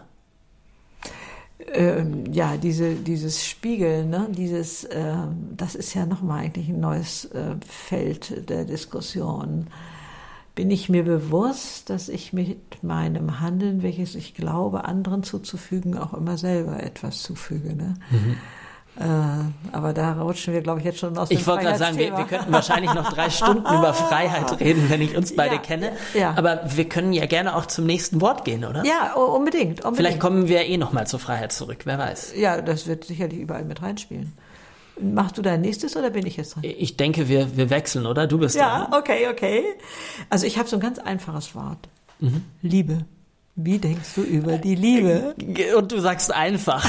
Ähm, ja, diese, dieses Spiegeln, ne? dieses, ähm, das ist ja nochmal eigentlich ein neues äh, Feld der Diskussion. Bin ich mir bewusst, dass ich mit meinem Handeln, welches ich glaube, anderen zuzufügen, auch immer selber etwas zufüge. Ne? Mhm. Äh, aber da rutschen wir, glaube ich, jetzt schon aus dem Ich wollte gerade sagen, wir, wir könnten wahrscheinlich noch drei Stunden über Freiheit reden, wenn ich uns beide Ja, kenne. ja. Aber wir können ja gerne auch zum nächsten Wort gehen, oder? Ja, u- unbedingt, unbedingt. Vielleicht kommen wir eh nochmal zur Freiheit zurück, wer weiß. Ja, das wird sicherlich überall mit reinspielen. Machst du dein nächstes oder bin ich jetzt dran? Ich denke, wir, wir wechseln, oder? Du bist Ja, dran. okay, okay. Also ich habe so ein ganz einfaches Wort. Mhm. Liebe. Wie denkst du über die Liebe? Und du sagst einfach.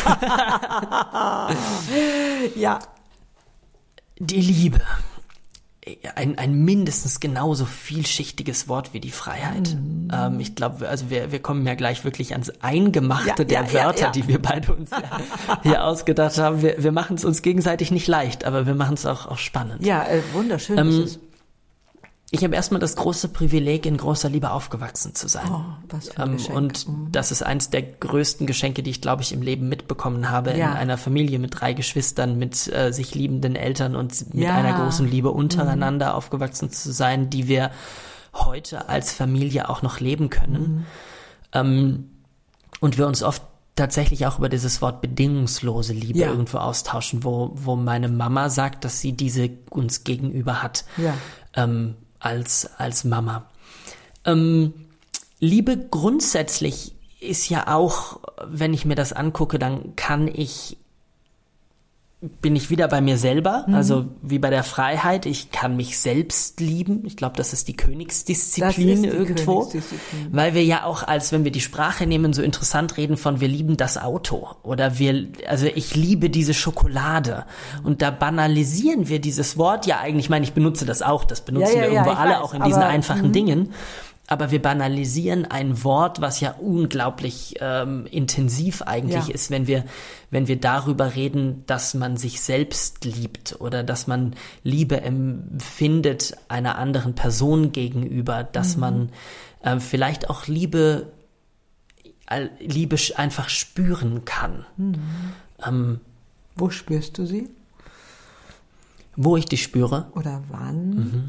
Ja. Die Liebe. Ein, ein mindestens genauso vielschichtiges Wort wie die Freiheit. Mhm. Ähm, ich glaube, also wir, wir kommen ja gleich wirklich ans Eingemachte Ja, der ja, Wörter, ja, ja. die wir beide uns ja hier ausgedacht haben. Wir, wir machen es uns gegenseitig nicht leicht, aber wir machen es auch, auch spannend. Ja, äh, wunderschön Ähm, ist es. Ich habe erstmal das große Privileg, in großer Liebe aufgewachsen zu sein. Oh, was für ein Ähm, Geschenk. und Mhm. das ist eins der größten Geschenke, die ich, glaube ich, im Leben mitbekommen habe. Ja. In einer Familie mit drei Geschwistern, mit äh, sich liebenden Eltern und mit Ja. einer großen Liebe untereinander mhm. aufgewachsen zu sein, die wir heute als Familie auch noch leben können. Mhm. Ähm, und wir uns oft tatsächlich auch über dieses Wort bedingungslose Liebe Ja. irgendwo austauschen, wo, wo meine Mama sagt, dass sie diese uns gegenüber hat. Ja. Ähm, als, als Mama. Ähm, Liebe grundsätzlich ist ja auch, wenn ich mir das angucke, dann kann ich, bin ich wieder bei mir selber, Mhm. also wie bei der Freiheit, ich kann mich selbst lieben. Ich glaube, das ist die Königsdisziplin Das ist die irgendwo, Königsdisziplin. weil wir ja auch, als wenn wir die Sprache nehmen, so interessant reden von wir lieben das Auto oder wir, also ich liebe diese Schokolade und da banalisieren wir dieses Wort ja eigentlich, ich meine, ich benutze das auch, das benutzen Ja, ja, wir ja, irgendwo ich alle weiß, auch in diesen aber, einfachen mhm. Dingen. Aber wir banalisieren ein Wort, was ja unglaublich ähm, intensiv eigentlich Ja. ist, wenn wir, wenn wir darüber reden, dass man sich selbst liebt oder dass man Liebe empfindet einer anderen Person gegenüber, dass Mhm. man äh, vielleicht auch Liebe, äh, Liebe sch- einfach spüren kann. Mhm. Ähm, Wo spürst du sie? wo ich die spüre. Oder wann? Mhm.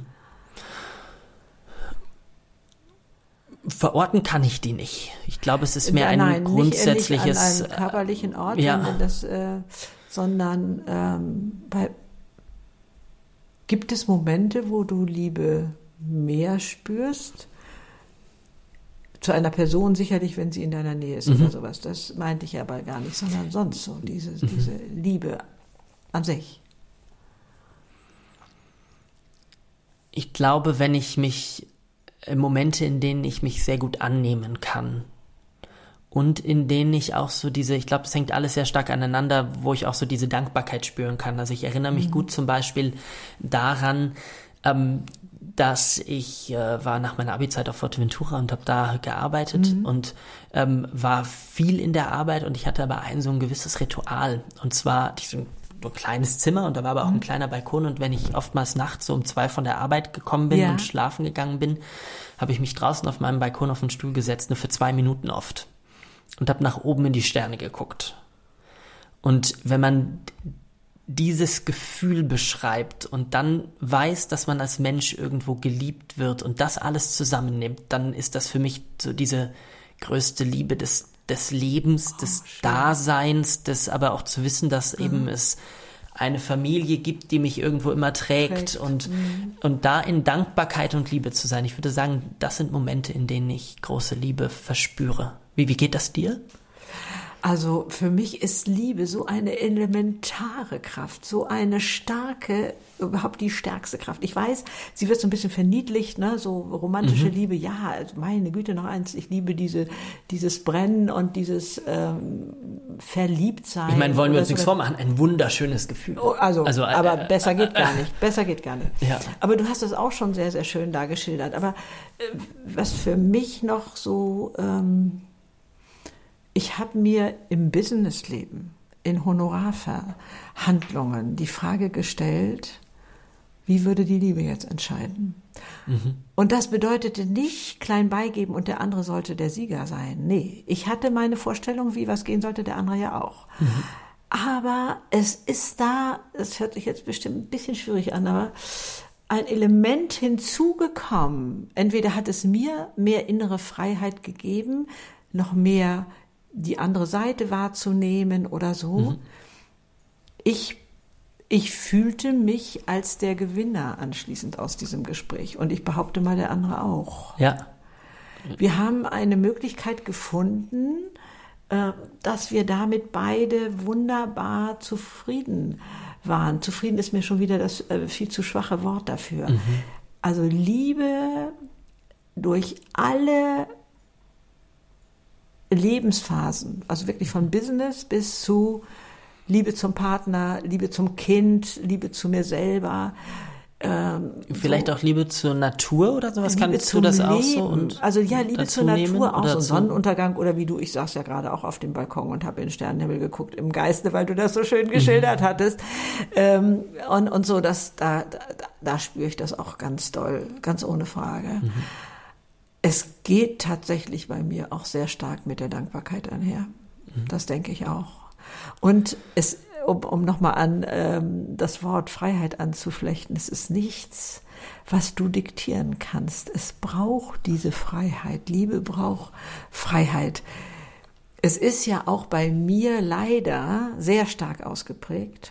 Verorten kann ich die nicht. Ich glaube, es ist mehr ein Nein, grundsätzliches. Nicht, nicht an einem körperlichen Ort, ja. sondern, das, äh, sondern ähm, bei, gibt es Momente, wo du Liebe mehr spürst? Zu einer Person sicherlich, wenn sie in deiner Nähe ist Mhm. oder sowas. Das meinte ich aber gar nicht, sondern sonst so, diese, Mhm. diese Liebe an sich. Ich glaube, wenn ich mich Momente, in denen ich mich sehr gut annehmen kann und in denen ich auch so diese, ich glaube, es hängt alles sehr stark aneinander, wo ich auch so diese Dankbarkeit spüren kann. Also ich erinnere mich mhm. gut zum Beispiel daran, ähm, dass ich äh, war nach meiner Abi-Zeit auf Fuerteventura und habe da gearbeitet mhm. und ähm, war viel in der Arbeit und ich hatte aber ein so ein gewisses Ritual und zwar hatte ich so ein ein kleines Zimmer und da war aber auch ein kleiner Balkon und wenn ich oftmals nachts so um zwei von der Arbeit gekommen bin ja. und schlafen gegangen bin, habe ich mich draußen auf meinem Balkon auf den Stuhl gesetzt, nur für zwei Minuten oft und habe nach oben in die Sterne geguckt. Und wenn man dieses Gefühl beschreibt und dann weiß, dass man als Mensch irgendwo geliebt wird und das alles zusammennimmt, dann ist das für mich so diese größte Liebe des des Lebens, oh, des schön. Daseins, des aber auch zu wissen, dass mhm. eben es eine Familie gibt, die mich irgendwo immer trägt, trägt. Und, mhm. und da in Dankbarkeit und Liebe zu sein. Ich würde sagen, das sind Momente, in denen ich große Liebe verspüre. Wie, wie geht das dir? Also für mich ist Liebe so eine elementare Kraft, so eine starke, überhaupt die stärkste Kraft. Ich weiß, sie wird so ein bisschen verniedlicht, ne, so romantische mhm. Liebe. Ja, also meine Güte, noch eins, ich liebe diese, dieses Brennen und dieses ähm, Verliebtsein. Ich meine, wollen wir uns so, nichts vormachen, ein wunderschönes Gefühl. Oh, also, also, aber äh, besser äh, geht äh, gar nicht, besser geht gar nicht. Ja. Aber du hast das auch schon sehr, sehr schön da geschildert. Aber äh, was für mich noch so... Ähm, Ich habe mir im Businessleben, in Honorarverhandlungen die Frage gestellt, wie würde die Liebe jetzt entscheiden? Mhm. Und das bedeutete nicht klein beigeben und der andere sollte der Sieger sein. Nee, ich hatte meine Vorstellung, wie was gehen sollte, der andere ja auch. Mhm. Aber es ist da, das hört sich jetzt bestimmt ein bisschen schwierig an, aber ein Element hinzugekommen. Entweder hat es mir mehr innere Freiheit gegeben, noch mehr die andere Seite wahrzunehmen oder so. Mhm. Ich, ich fühlte mich als der Gewinner anschließend aus diesem Gespräch. Und ich behaupte mal, der andere auch. Ja. Wir haben eine Möglichkeit gefunden, äh, dass wir damit beide wunderbar zufrieden waren. Zufrieden ist mir schon wieder das äh, viel zu schwache Wort dafür. Mhm. Also Liebe durch alle Lebensphasen, also wirklich von Business bis zu Liebe zum Partner, Liebe zum Kind, Liebe zu mir selber. Ähm, Vielleicht so. Auch Liebe zur Natur oder sowas? Liebe Kannst du das Leben. auch so? Und also ja, Liebe zur Natur, auch so ein Sonnenuntergang oder wie du, ich saß ja gerade auch auf dem Balkon und habe in den Sternenhimmel geguckt im Geiste, weil du das so schön geschildert mhm. hattest. Ähm, und, und so, das, da, da, da spüre ich das auch ganz doll, ganz ohne Frage. Mhm. Es geht tatsächlich bei mir auch sehr stark mit der Dankbarkeit einher. Mhm. Das denke ich auch. Und es, um, um nochmal an ähm, das Wort Freiheit anzuflechten, es ist nichts, was du diktieren kannst. Es braucht diese Freiheit. Liebe braucht Freiheit. Es ist ja auch bei mir leider sehr stark ausgeprägt,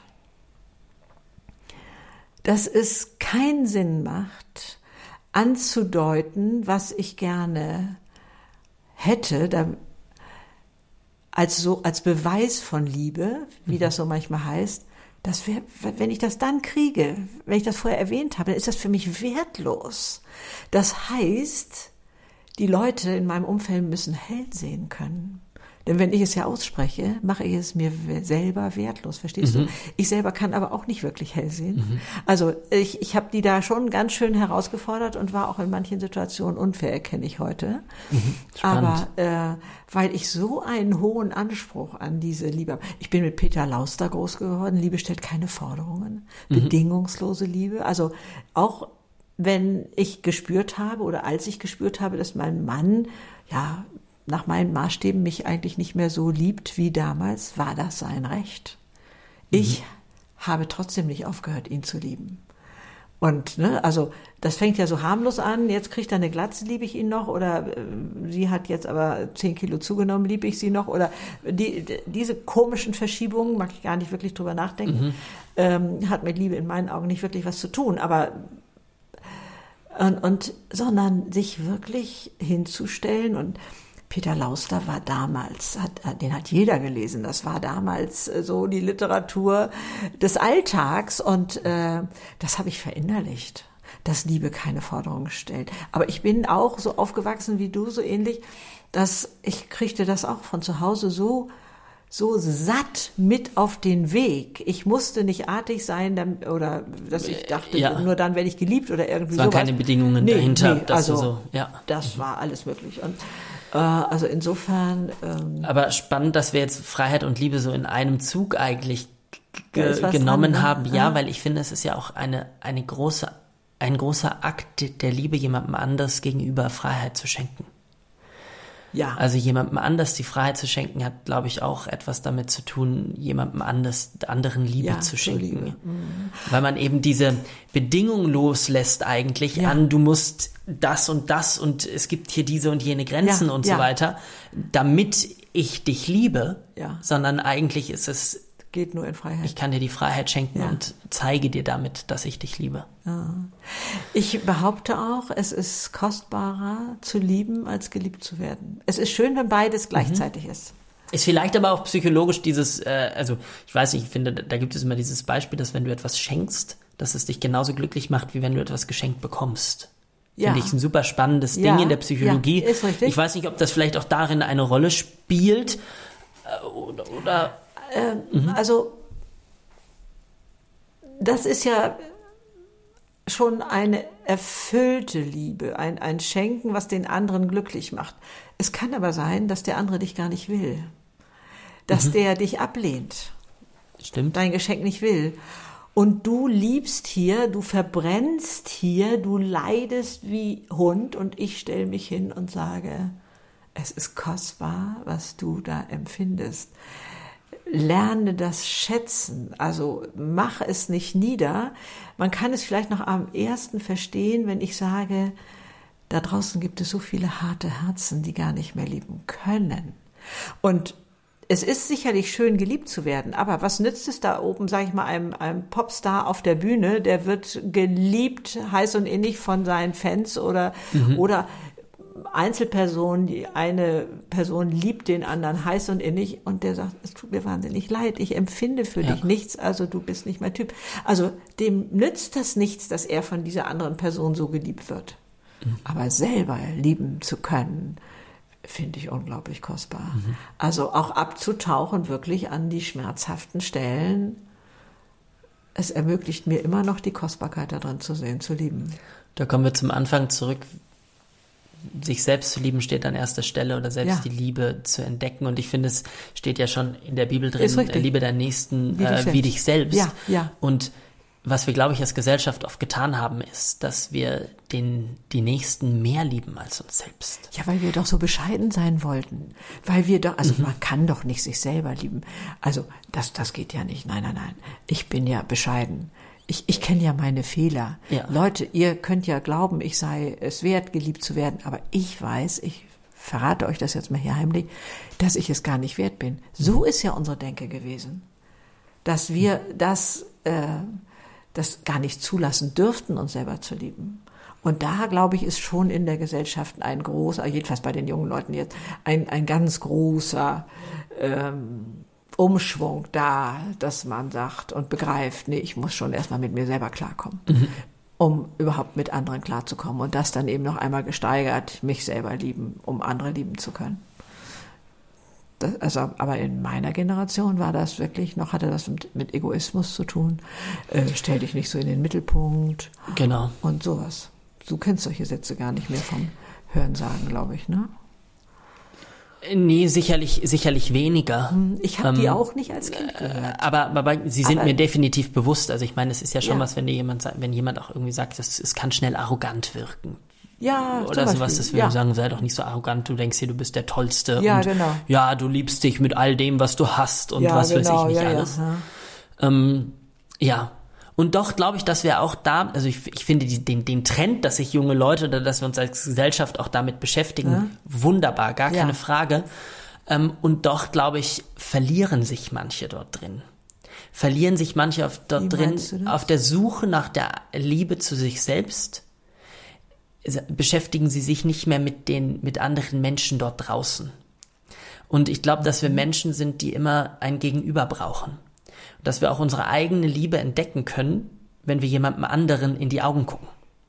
dass es keinen Sinn macht, anzudeuten, was ich gerne hätte, da, als so als Beweis von Liebe, wie mhm. das so manchmal heißt, dass wir, wenn ich das dann kriege, wenn ich das vorher erwähnt habe, dann ist das für mich wertlos. Das heißt, die Leute in meinem Umfeld müssen hell sehen können. Denn wenn ich es ja ausspreche, mache ich es mir selber wertlos, verstehst mhm. du? Ich selber kann aber auch nicht wirklich hell sehen. Mhm. Also ich, ich habe die da schon ganz schön herausgefordert und war auch in manchen Situationen unfair, erkenne ich heute. Mhm. Aber äh, weil ich so einen hohen Anspruch an diese Liebe habe. Ich bin mit Peter Lauster groß geworden. Liebe stellt keine Forderungen. Mhm. Bedingungslose Liebe. Also auch wenn ich gespürt habe oder als ich gespürt habe, dass mein Mann, ja, nach meinen Maßstäben mich eigentlich nicht mehr so liebt wie damals, war das sein Recht. Ich mhm. habe trotzdem nicht aufgehört, ihn zu lieben. Und ne, also das fängt ja so harmlos an, jetzt kriegt er eine Glatze, liebe ich ihn noch, oder äh, sie hat jetzt aber zehn Kilo zugenommen, liebe ich sie noch, oder die, die, diese komischen Verschiebungen, mag ich gar nicht wirklich drüber nachdenken, mhm. ähm, hat mit Liebe in meinen Augen nicht wirklich was zu tun, aber und, und sondern sich wirklich hinzustellen. Und Peter Lauster war damals, hat, den hat jeder gelesen, das war damals so die Literatur des Alltags und äh, das habe ich verinnerlicht, dass Liebe keine Forderungen stellt. Aber ich bin auch so aufgewachsen wie du, so ähnlich, dass ich kriegte das auch von zu Hause so so satt mit auf den Weg. Ich musste nicht artig sein, oder dass ich dachte, ja. nur dann werde ich geliebt oder irgendwie so. Es waren sowas. Keine Bedingungen nee, dahinter. Nee, dass also du so, ja. das war alles möglich. Und äh, also insofern. Ähm, Aber spannend, dass wir jetzt Freiheit und Liebe so in einem Zug eigentlich ge- ja, genommen dran, haben. Ja, ja, weil ich finde, es ist ja auch eine eine große ein großer Akt der Liebe, jemandem anders gegenüber Freiheit zu schenken. Ja. Also jemandem anders die Freiheit zu schenken, hat, glaube ich, auch etwas damit zu tun, jemandem anders, anderen Liebe ja, zu schenken. Liebe. Mhm. Weil man eben diese Bedingung loslässt eigentlich ja. an, du musst das und das und es gibt hier diese und jene Grenzen ja, und ja. so weiter, damit ich dich liebe, ja. sondern eigentlich ist es geht nur in Freiheit. Ich kann dir die Freiheit schenken ja. und zeige dir damit, dass ich dich liebe. Ja. Ich behaupte auch, es ist kostbarer zu lieben, als geliebt zu werden. Es ist schön, wenn beides gleichzeitig mhm. ist. Ist vielleicht aber auch psychologisch dieses, äh, also ich weiß nicht, ich finde, da gibt es immer dieses Beispiel, dass wenn du etwas schenkst, dass es dich genauso glücklich macht, wie wenn du etwas geschenkt bekommst. Ja. Finde ich ein super spannendes Ding ja, in der Psychologie. Ja, ist richtig. Ich weiß nicht, ob das vielleicht auch darin eine Rolle spielt. Äh, oder, oder ähm, mhm. Also, das ist ja schon eine erfüllte Liebe, ein, ein Schenken, was den anderen glücklich macht. Es kann aber sein, dass der andere dich gar nicht will. Dass mhm. der dich ablehnt. Stimmt. Dein Geschenk nicht will. Und du liebst hier, du verbrennst hier, du leidest wie Hund und ich stelle mich hin und sage, es ist kostbar, was du da empfindest. Lerne das schätzen, also mach es nicht nieder. Man kann es vielleicht noch am ersten verstehen, wenn ich sage, da draußen gibt es so viele harte Herzen, die gar nicht mehr lieben können. Und es ist sicherlich schön, geliebt zu werden, aber was nützt es da oben, sage ich mal, einem, einem Popstar auf der Bühne, der wird geliebt, heiß und innig von seinen Fans oder, mhm. oder Einzelpersonen, die eine Person liebt den anderen heiß und innig und der sagt, es tut mir wahnsinnig leid, ich empfinde für ja. dich nichts, also du bist nicht mein Typ. Also dem nützt das nichts, dass er von dieser anderen Person so geliebt wird. Mhm. Aber selber lieben zu können, finde ich unglaublich kostbar. Mhm. Also auch abzutauchen wirklich an die schmerzhaften Stellen. Es ermöglicht mir immer noch die Kostbarkeit da drin zu sehen, zu lieben. Da kommen wir zum Anfang zurück. Sich selbst zu lieben steht an erster Stelle oder selbst ja. die Liebe zu entdecken. Und ich finde, es steht ja schon in der Bibel drin, liebe deinen Nächsten wie, äh, dich, wie dich selbst. Ja, ja. Und was wir, glaube ich, als Gesellschaft oft getan haben, ist, dass wir den, die Nächsten mehr lieben als uns selbst. Ja, weil wir doch so bescheiden sein wollten. Weil wir doch, also mhm. man kann doch nicht sich selber lieben. Also das, das geht ja nicht. Nein, nein, nein. Ich bin ja bescheiden. Ich, ich kenne ja meine Fehler. Ja. Leute, ihr könnt ja glauben, ich sei es wert, geliebt zu werden. Aber ich weiß, ich verrate euch das jetzt mal hier heimlich, dass ich es gar nicht wert bin. So ist ja unsere Denke gewesen. Dass wir das... Äh, das gar nicht zulassen dürften, uns selber zu lieben. Und da, glaube ich, ist schon in der Gesellschaft ein großer, jedenfalls bei den jungen Leuten jetzt, ein, ein ganz großer ähm, Umschwung da, dass man sagt und begreift, nee, ich muss schon erstmal mit mir selber klarkommen, mhm. um überhaupt mit anderen klarzukommen. Und das dann eben noch einmal gesteigert, mich selber lieben, um andere lieben zu können. Das, also, aber in meiner Generation war das wirklich noch, hatte das mit, mit Egoismus zu tun. Äh, stell dich nicht so in den Mittelpunkt. Genau. Und sowas. Du kennst solche Sätze gar nicht mehr vom Hörensagen, glaube ich, ne? Nee, sicherlich, sicherlich weniger. Ich habe ähm, die auch nicht als Kind gehört. Aber, aber sie sind aber, mir definitiv bewusst. Also ich meine, es ist ja schon ja. was, wenn dir jemand sagt, wenn jemand auch irgendwie sagt, es, es kann schnell arrogant wirken. Ja, oder sowas, das will ja. sagen, sei doch nicht so arrogant, du denkst hier, du bist der Tollste. Ja, und genau. Ja, du liebst dich mit all dem, was du hast und ja, was genau, weiß ich nicht ja, alles. Ja, ja. Ähm, ja. Und doch glaube ich, dass wir auch da, also ich, ich finde die, den, den Trend, dass sich junge Leute oder dass wir uns als Gesellschaft auch damit beschäftigen, ja. wunderbar, gar keine ja. Frage. Ähm, und doch, glaube ich, verlieren sich manche dort drin. Verlieren sich manche auf, dort Wie drin auf der Suche nach der Liebe zu sich selbst. Beschäftigen sie sich nicht mehr mit den, mit anderen Menschen dort draußen. Und ich glaube, dass wir Menschen sind, die immer ein Gegenüber brauchen. Und dass wir auch unsere eigene Liebe entdecken können, wenn wir jemandem anderen in die Augen gucken.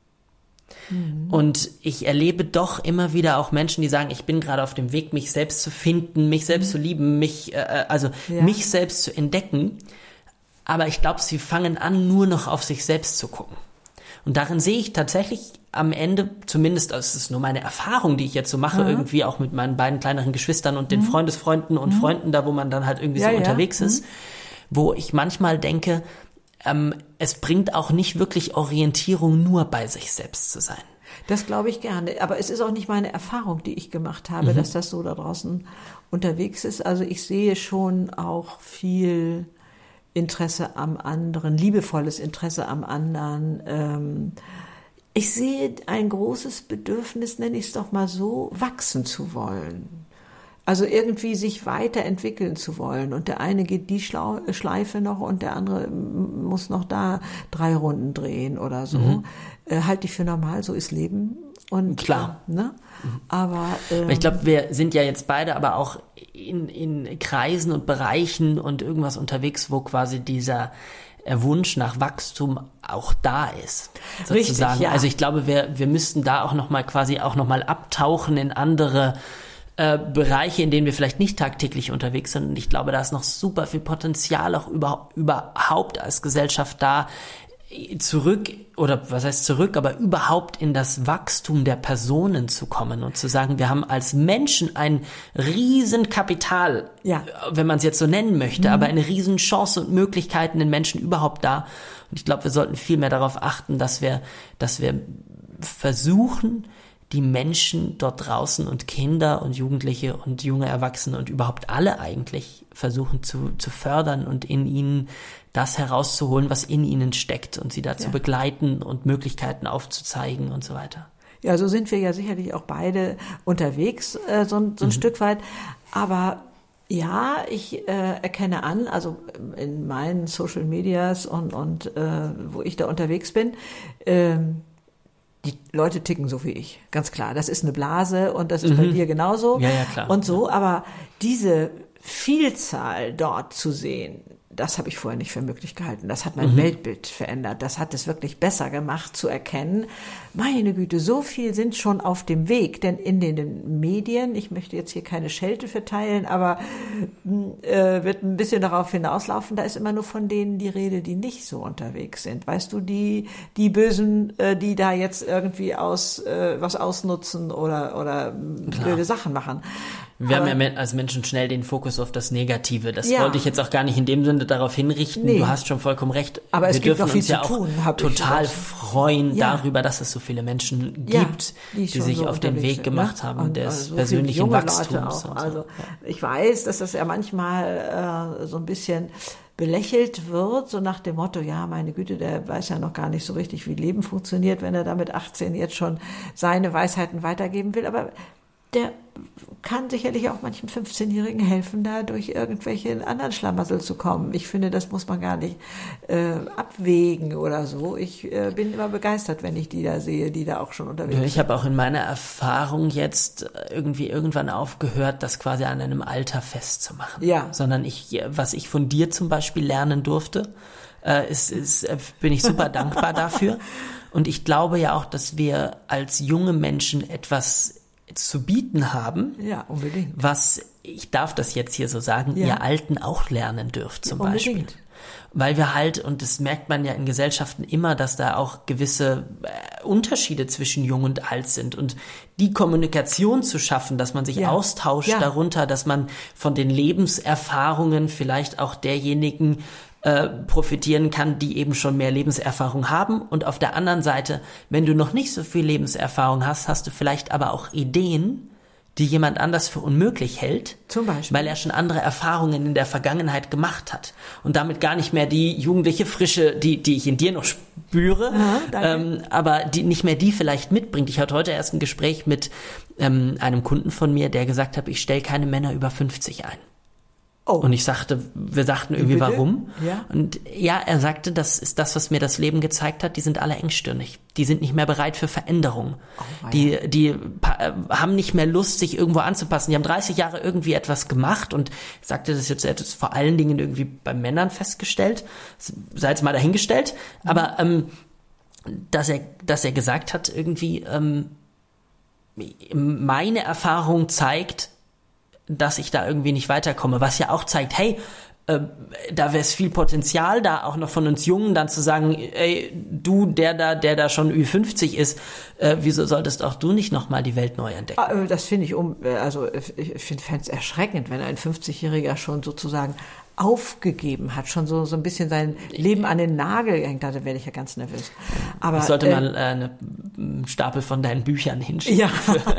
Mhm. Und ich erlebe doch immer wieder auch Menschen, die sagen, ich bin gerade auf dem Weg, mich selbst zu finden, mich selbst mhm. zu lieben, mich, äh, also ja. mich selbst zu entdecken. Aber ich glaube, sie fangen an, nur noch auf sich selbst zu gucken. Und darin sehe ich tatsächlich am Ende, zumindest, das ist nur meine Erfahrung, die ich jetzt so mache, mhm. irgendwie auch mit meinen beiden kleineren Geschwistern und den mhm. Freundesfreunden und mhm. Freunden, da wo man dann halt irgendwie ja, so unterwegs ja. ist, mhm. wo ich manchmal denke, ähm, es bringt auch nicht wirklich Orientierung, nur bei sich selbst zu sein. Das glaube ich gerne, aber es ist auch nicht meine Erfahrung, die ich gemacht habe, mhm. dass das so da draußen unterwegs ist. Also ich sehe schon auch viel Interesse am anderen, liebevolles Interesse am anderen. Ähm, ich sehe ein großes Bedürfnis, nenne ich es doch mal so, wachsen zu wollen. Also irgendwie sich weiterentwickeln zu wollen. Und der eine geht die Schlau- Schleife noch und der andere muss noch da drei Runden drehen oder so. Mhm. Äh, halte ich für normal, so ist Leben. Und, Klar. Äh, ne? Aber ähm, ich glaube, wir sind ja jetzt beide aber auch in, in Kreisen und Bereichen und irgendwas unterwegs, wo quasi dieser Wunsch nach Wachstum auch da ist, sozusagen. Richtig, ja. Also ich glaube, wir, wir müssten da auch nochmal quasi auch nochmal abtauchen in andere äh, Bereiche, in denen wir vielleicht nicht tagtäglich unterwegs sind. Und ich glaube, da ist noch super viel Potenzial auch über, überhaupt als Gesellschaft da, zurück, oder was heißt zurück, aber überhaupt in das Wachstum der Personen zu kommen und zu sagen, wir haben als Menschen ein Riesenkapital, ja. wenn man es jetzt so nennen möchte, Mhm. aber eine Riesenchance und Möglichkeiten den Menschen überhaupt da. Und ich glaube, wir sollten viel mehr darauf achten, dass wir, dass wir versuchen, die Menschen dort draußen und Kinder und Jugendliche und junge Erwachsene und überhaupt alle eigentlich versuchen zu, zu fördern und in ihnen das herauszuholen, was in ihnen steckt und sie da zu Ja. begleiten und Möglichkeiten aufzuzeigen und so weiter. Ja, so sind wir ja sicherlich auch beide unterwegs, äh, so, ein- so ein Mhm. Stück weit. Aber ja, ich äh, erkenne an, also in meinen Social Medias und, und äh, wo ich da unterwegs bin, ähm, die Leute ticken so wie ich, ganz klar. Das ist eine Blase und das ist Mhm. bei dir genauso. Ja, ja, klar. Und so, aber diese Vielzahl dort zu sehen, das habe ich vorher nicht für möglich gehalten. Das hat mein Mhm. Weltbild verändert. Das hat es wirklich besser gemacht zu erkennen. Meine Güte, so viel sind schon auf dem Weg. Denn in den Medien, ich möchte jetzt hier keine Schelte verteilen, aber äh, wird ein bisschen darauf hinauslaufen, da ist immer nur von denen die Rede, die nicht so unterwegs sind. Weißt du, die die Bösen, äh, die da jetzt irgendwie aus äh, was ausnutzen oder oder blöde Sachen machen. Wir Aber- haben ja als Menschen schnell den Fokus auf das Negative. Das Ja. wollte ich jetzt auch gar nicht in dem Sinne darauf hinrichten. Nee. Du hast schon vollkommen recht. Aber es wir gibt dürfen noch viel uns ja zu auch tun, hab ich total gedacht. freuen Ja. darüber, dass es so viele Menschen Ja, gibt, die, schon sich so auf den unterwegs Weg sind, gemacht ne? haben, Und, des also so viele persönlichen junge Wachstums. Leute auch. Und so. Also Ja. ich weiß, dass das ja manchmal äh, so ein bisschen belächelt wird, so nach dem Motto, ja, meine Güte, der weiß ja noch gar nicht so richtig, wie Leben funktioniert, wenn er da mit achtzehn jetzt schon seine Weisheiten weitergeben will. Aber der kann sicherlich auch manchem fünfzehnjährigen helfen, da durch irgendwelche anderen Schlamassel zu kommen. Ich finde, das muss man gar nicht äh, abwägen oder so. Ich äh, bin immer begeistert, wenn ich die da sehe, die da auch schon unterwegs sind. Ich habe auch in meiner Erfahrung jetzt irgendwie irgendwann aufgehört, das quasi an einem Alter festzumachen. Ja. Sondern ich, was ich von dir zum Beispiel lernen durfte, äh, ist, ist, äh, bin ich super dankbar dafür. Und ich glaube ja auch, dass wir als junge Menschen etwas zu bieten haben, Ja, unbedingt. was, ich darf das jetzt hier so sagen, Ja. ihr Alten auch lernen dürft zum Unbedingt. Beispiel. Weil wir halt, und das merkt man ja in Gesellschaften immer, dass da auch gewisse äh, Unterschiede zwischen jung und alt sind. Und die Kommunikation zu schaffen, dass man sich Ja. austauscht Ja. darunter, dass man von den Lebenserfahrungen vielleicht auch derjenigen äh, profitieren kann, die eben schon mehr Lebenserfahrung haben. Und auf der anderen Seite, wenn du noch nicht so viel Lebenserfahrung hast, hast du vielleicht aber auch Ideen, die jemand anders für unmöglich hält, Zum Beispiel. weil er schon andere Erfahrungen in der Vergangenheit gemacht hat und damit gar nicht mehr die jugendliche Frische, die die ich in dir noch spüre, Ja, danke. ähm, aber die nicht mehr die vielleicht mitbringt. Ich hatte heute erst ein Gespräch mit ähm, einem Kunden von mir, der gesagt hat, ich stelle keine Männer über fünfzig ein. Oh. Und ich sagte, wir sagten irgendwie, bitte? warum? Ja. Und ja, er sagte, das ist das, was mir das Leben gezeigt hat, die sind alle engstirnig. Die sind nicht mehr bereit für Veränderung. Oh, die die pa- äh, haben nicht mehr Lust, sich irgendwo anzupassen. Die haben dreißig Jahre irgendwie etwas gemacht und ich sagte, das ist jetzt etwas vor allen Dingen irgendwie bei Männern festgestellt. Sei jetzt mal dahingestellt. Mhm. Aber ähm, dass er, dass er gesagt hat, irgendwie, ähm, meine Erfahrung zeigt, dass ich da irgendwie nicht weiterkomme, was ja auch zeigt, hey, äh, da wäre es viel Potenzial da, auch noch von uns Jungen dann zu sagen, ey, du, der da, der da schon Ü fünfzig ist, äh, wieso solltest auch du nicht nochmal die Welt neu entdecken? Ah, äh, Das finde ich, um, äh, also äh, ich finde es erschreckend, wenn ein fünfzigjähriger schon sozusagen aufgegeben hat, schon so so ein bisschen sein Leben an den Nagel gehängt hat, da werde ich ja ganz nervös. Aber Ich sollte äh, mal äh, eine, einen Stapel von deinen Büchern hinschicken. Ja,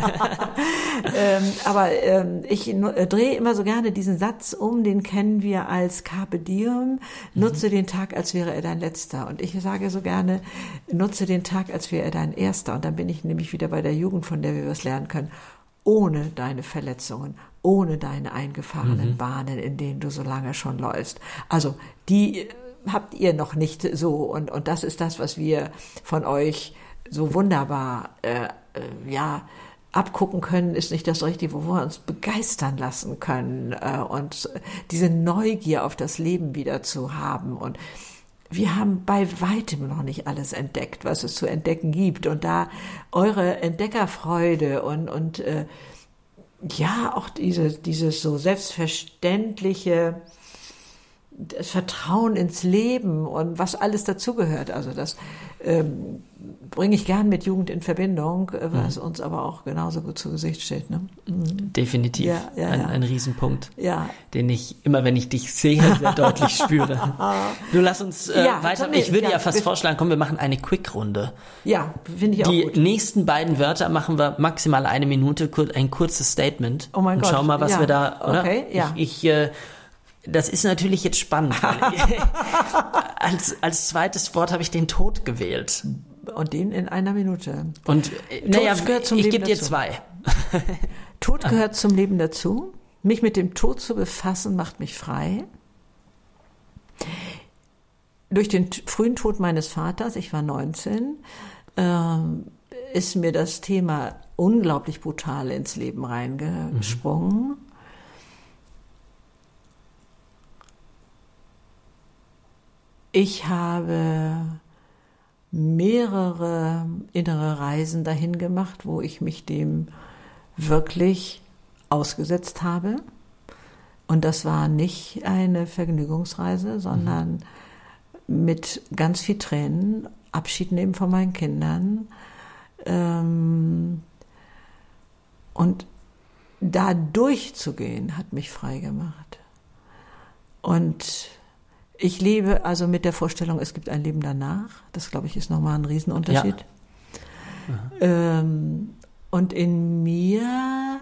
ähm, aber ähm, ich nu- äh, drehe immer so gerne diesen Satz um, den kennen wir als Carpe Diem, nutze den Tag, als wäre er dein letzter. Und ich sage so gerne, nutze den Tag, als wäre er dein erster. Und dann bin ich nämlich wieder bei der Jugend, von der wir was lernen können. Ohne deine Verletzungen, ohne deine eingefahrenen Mhm. Bahnen, in denen du so lange schon läufst. Also die äh, habt ihr noch nicht so. Und, und das ist das, was wir von euch so wunderbar, äh, äh, ja, abgucken können, ist nicht das Richtige, wo wir uns begeistern lassen können äh, und diese Neugier auf das Leben wieder zu haben. Und wir haben bei weitem noch nicht alles entdeckt, was es zu entdecken gibt. Und da eure Entdeckerfreude und, und äh, ja, auch diese, dieses so selbstverständliche das Vertrauen ins Leben und was alles dazugehört. Also das ähm, bringe ich gern mit Jugend in Verbindung, was mhm. uns aber auch genauso gut zu Gesicht steht. Ne? Mhm. Definitiv. Ja, ja, ein, ja. ein Riesenpunkt, ja. den ich immer, wenn ich dich sehe, sehr deutlich spüre. Du lass uns äh, ja, weiter. Wir, ich würde ja, ja fast wir, vorschlagen, komm, wir machen eine Quick-Runde. Ja, finde ich auch Die gut. Die nächsten beiden Wörter machen wir maximal eine Minute, ein kurzes Statement. Oh mein und Gott. Schau mal, was ja. wir da, oder? Okay, ja. Ich, ich äh, Das ist natürlich jetzt spannend. Weil als, als zweites Wort habe ich den Tod gewählt. Und den in einer Minute. Und äh, naja, ich gebe dir zwei. Tod gehört zum Leben dazu. Mich mit dem Tod zu befassen, macht mich frei. Durch den t- frühen Tod meines Vaters, ich war neunzehn, äh, ist mir das Thema unglaublich brutal ins Leben reingesprungen. Mhm. Ich habe mehrere innere Reisen dahin gemacht, wo ich mich dem wirklich ausgesetzt habe. Und das war nicht eine Vergnügungsreise, sondern mhm. mit ganz viel Tränen, Abschied nehmen von meinen Kindern. Ähm, und da durchzugehen, hat mich frei gemacht. Und ich lebe also mit der Vorstellung, es gibt ein Leben danach. Das, glaube ich, ist nochmal ein Riesenunterschied. Ja. Ähm, und in mir,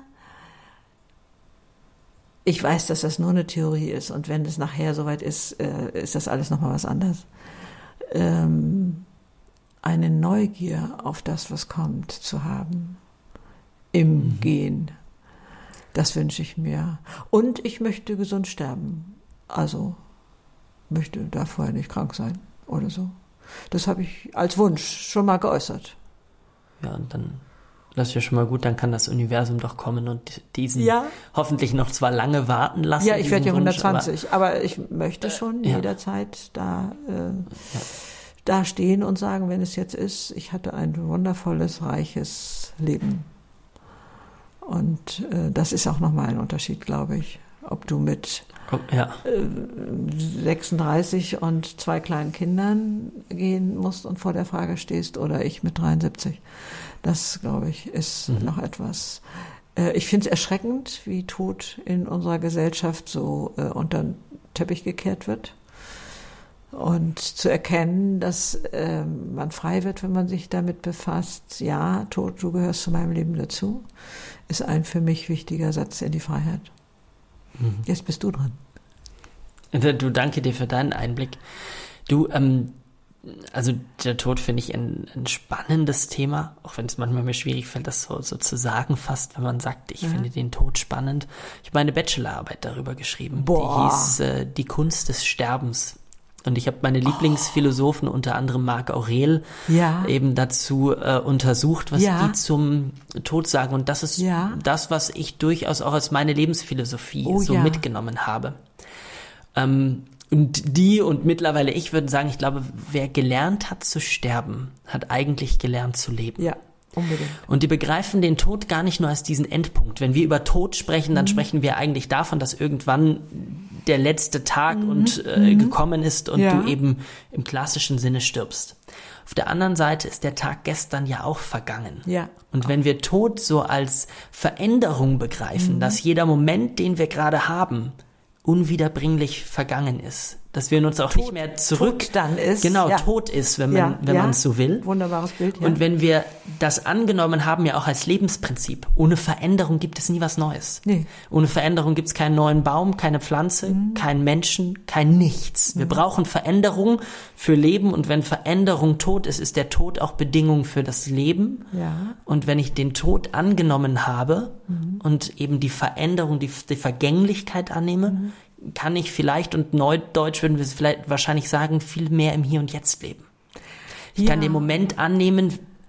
ich weiß, dass das nur eine Theorie ist. Und wenn es nachher soweit ist, äh, ist das alles nochmal was anderes. Ähm, eine Neugier auf das, was kommt, zu haben. Im mhm. Gehen. Das wünsche ich mir. Und ich möchte gesund sterben. Also möchte da vorher nicht krank sein oder so. Das habe ich als Wunsch schon mal geäußert. Ja, und dann, das ist ja schon mal gut, dann kann das Universum doch kommen und diesen ja. hoffentlich noch zwar lange warten lassen. Ja, ich werde ja Wunsch, hundertzwanzig, aber, aber ich möchte schon äh, ja. jederzeit da, äh, ja. da stehen und sagen, wenn es jetzt ist, ich hatte ein wundervolles, reiches Leben. Und äh, das ist auch nochmal ein Unterschied, glaube ich. Ob du mit ja. sechsunddreißig und zwei kleinen Kindern gehen musst und vor der Frage stehst oder ich mit dreiundsiebzig. Das, glaube ich, ist mhm. noch etwas. Ich finde es erschreckend, wie Tod in unserer Gesellschaft so unter den Teppich gekehrt wird. Und zu erkennen, dass man frei wird, wenn man sich damit befasst. Ja, Tod, du gehörst zu meinem Leben dazu, ist ein für mich wichtiger Satz in die Freiheit. Jetzt bist du dran. Du, danke dir für deinen Einblick. Du, ähm, also der Tod finde ich ein, ein spannendes Thema, auch wenn es manchmal mir schwierig fällt, das so, so zu sagen fast, wenn man sagt, ich ja. finde den Tod spannend. Ich habe meine Bachelorarbeit darüber geschrieben. Boah. Die hieß äh, Die Kunst des Sterbens. Und ich habe meine Lieblingsphilosophen, oh. unter anderem Marc Aurel, ja. eben dazu äh, untersucht, was ja. die zum Tod sagen. Und das ist ja. das, was ich durchaus auch als meine Lebensphilosophie oh, so ja. mitgenommen habe. Ähm, und die und mittlerweile ich würden sagen, ich glaube, wer gelernt hat zu sterben, hat eigentlich gelernt zu leben. Ja. Unbedingt. Und die begreifen den Tod gar nicht nur als diesen Endpunkt. Wenn wir über Tod sprechen, dann mhm. sprechen wir eigentlich davon, dass irgendwann der letzte Tag mhm. und äh, mhm. gekommen ist und ja. du eben im klassischen Sinne stirbst. Auf der anderen Seite ist der Tag gestern ja auch vergangen. Ja. Und wenn wir Tod so als Veränderung begreifen, mhm. dass jeder Moment, den wir gerade haben, unwiederbringlich vergangen ist, dass wir uns auch tot, nicht mehr zurück tot dann ist, genau ja. tot ist, wenn man ja, wenn ja. man es so will. Wunderbares Bild. Ja. Und wenn wir das angenommen haben, ja auch als Lebensprinzip, ohne Veränderung gibt es nie was Neues. Nee. Ohne Veränderung gibt es keinen neuen Baum, keine Pflanze, mhm. keinen Menschen, kein Nichts. Wir mhm. brauchen Veränderung für Leben und wenn Veränderung tot ist, ist der Tod auch Bedingung für das Leben. Ja. Und wenn ich den Tod angenommen habe mhm. und eben die Veränderung, die, die Vergänglichkeit annehme, mhm. kann ich vielleicht, und neudeutsch würden wir es vielleicht wahrscheinlich sagen, viel mehr im Hier und Jetzt leben. Ich ja. kann den Moment annehmen,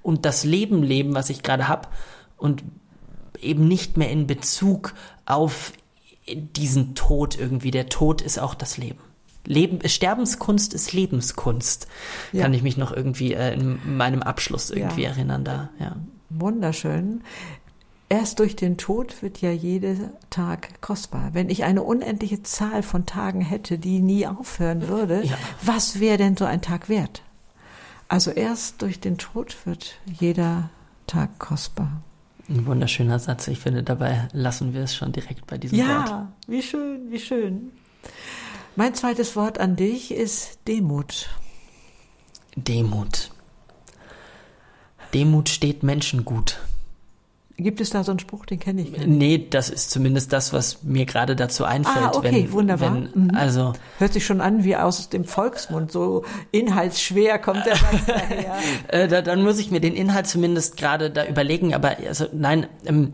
und das Leben leben, was ich gerade habe und eben nicht mehr in Bezug auf diesen Tod irgendwie. Der Tod ist auch das Leben. Leben, Sterbenskunst ist Lebenskunst. Ja. Kann ich mich noch irgendwie äh, in meinem Abschluss irgendwie ja. erinnern da. Ja. Wunderschön. Erst durch den Tod wird ja jeder Tag kostbar. Wenn ich eine unendliche Zahl von Tagen hätte, die nie aufhören würde, ja. was wäre denn so ein Tag wert? Also erst durch den Tod wird jeder Tag kostbar. Ein wunderschöner Satz. Ich finde, dabei lassen wir es schon direkt bei diesem ja, Wort. Ja, wie schön, wie schön. Mein zweites Wort an dich ist Demut. Demut. Demut steht Menschen gut. Gibt es da so einen Spruch, den kenne ich nicht? Nee, das ist zumindest das, was mir gerade dazu einfällt. Ah, okay, wenn, wunderbar. Wenn, mhm. also, hört sich schon an wie aus dem Volksmund, so inhaltsschwer kommt der Satz daher. äh, da, dann muss ich mir den Inhalt zumindest gerade da überlegen, aber also nein, ähm,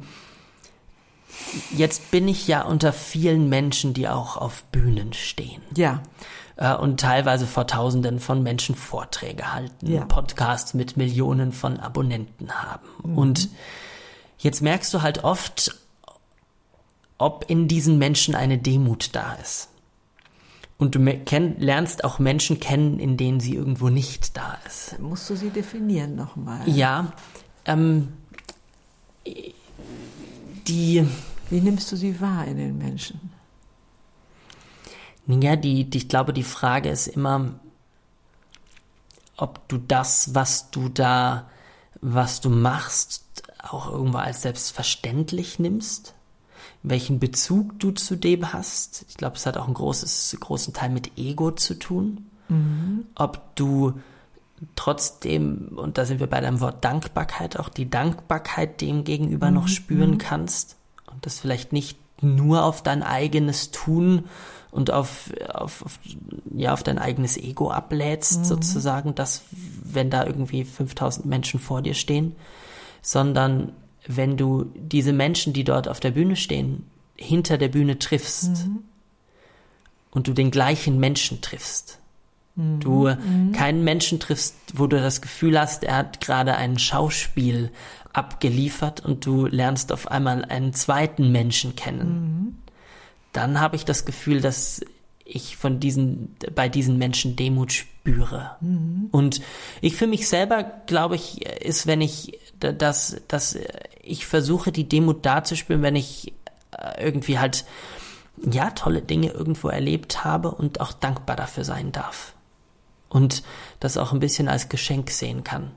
jetzt bin ich ja unter vielen Menschen, die auch auf Bühnen stehen. Ja. Äh, und teilweise vor Tausenden von Menschen Vorträge halten, ja. Podcasts mit Millionen von Abonnenten haben. Mhm. Und jetzt merkst du halt oft, ob in diesen Menschen eine Demut da ist. Und du kenn, lernst auch Menschen kennen, in denen sie irgendwo nicht da ist. Dann musst du sie definieren nochmal. Ja. Ähm, die... Wie nimmst du sie wahr in den Menschen? Ja, die, die, ich glaube, die Frage ist immer, ob du das, was du da, was du machst, auch irgendwo als selbstverständlich nimmst, welchen Bezug du zu dem hast. Ich glaube, es hat auch einen großes, großen Teil mit Ego zu tun. Mhm. Ob du trotzdem, und da sind wir bei deinem Wort Dankbarkeit, auch die Dankbarkeit dem gegenüber mhm. noch spüren kannst und das vielleicht nicht nur auf dein eigenes Tun und auf, auf, auf, ja, auf dein eigenes Ego ablädst, mhm. sozusagen, dass, wenn da irgendwie fünftausend Menschen vor dir stehen, sondern wenn du diese Menschen, die dort auf der Bühne stehen, hinter der Bühne triffst mhm. und du den gleichen Menschen triffst. Mhm. Du mhm. keinen Menschen triffst, wo du das Gefühl hast, er hat gerade ein Schauspiel abgeliefert und du lernst auf einmal einen zweiten Menschen kennen. Mhm. Dann habe ich das Gefühl, dass ich von diesen, bei diesen Menschen Demut spüre. Mhm. Und ich für mich selber, glaube ich, ist, wenn ich, dass, dass ich versuche, die Demut da zu spüren, wenn ich irgendwie halt, ja, tolle Dinge irgendwo erlebt habe und auch dankbar dafür sein darf. Und das auch ein bisschen als Geschenk sehen kann.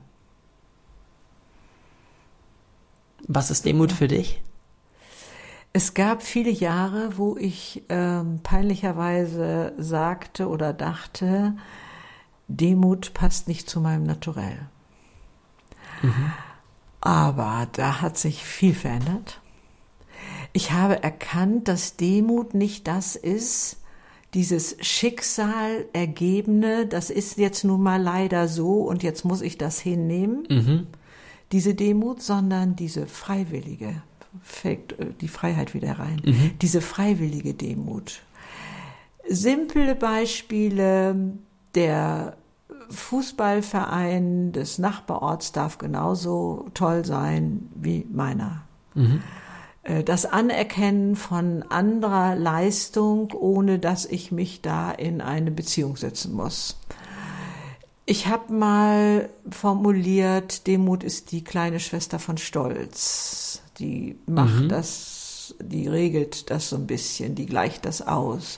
Was ist Demut für dich? Es gab viele Jahre, wo ich ähm, peinlicherweise sagte oder dachte, Demut passt nicht zu meinem Naturell. Mhm. Aber da hat sich viel verändert. Ich habe erkannt, dass Demut nicht das ist, dieses Schicksal ergebene, das ist jetzt nun mal leider so und jetzt muss ich das hinnehmen, mhm. diese Demut, sondern diese freiwillige, fällt die Freiheit wieder rein, mhm. diese freiwillige Demut. Simple Beispiele, der Fußballverein des Nachbarorts darf genauso toll sein wie meiner. Mhm. Das Anerkennen von anderer Leistung, ohne dass ich mich da in eine Beziehung setzen muss. Ich habe mal formuliert, Demut ist die kleine Schwester von Stolz. Die macht mhm. das, die regelt das so ein bisschen, die gleicht das aus.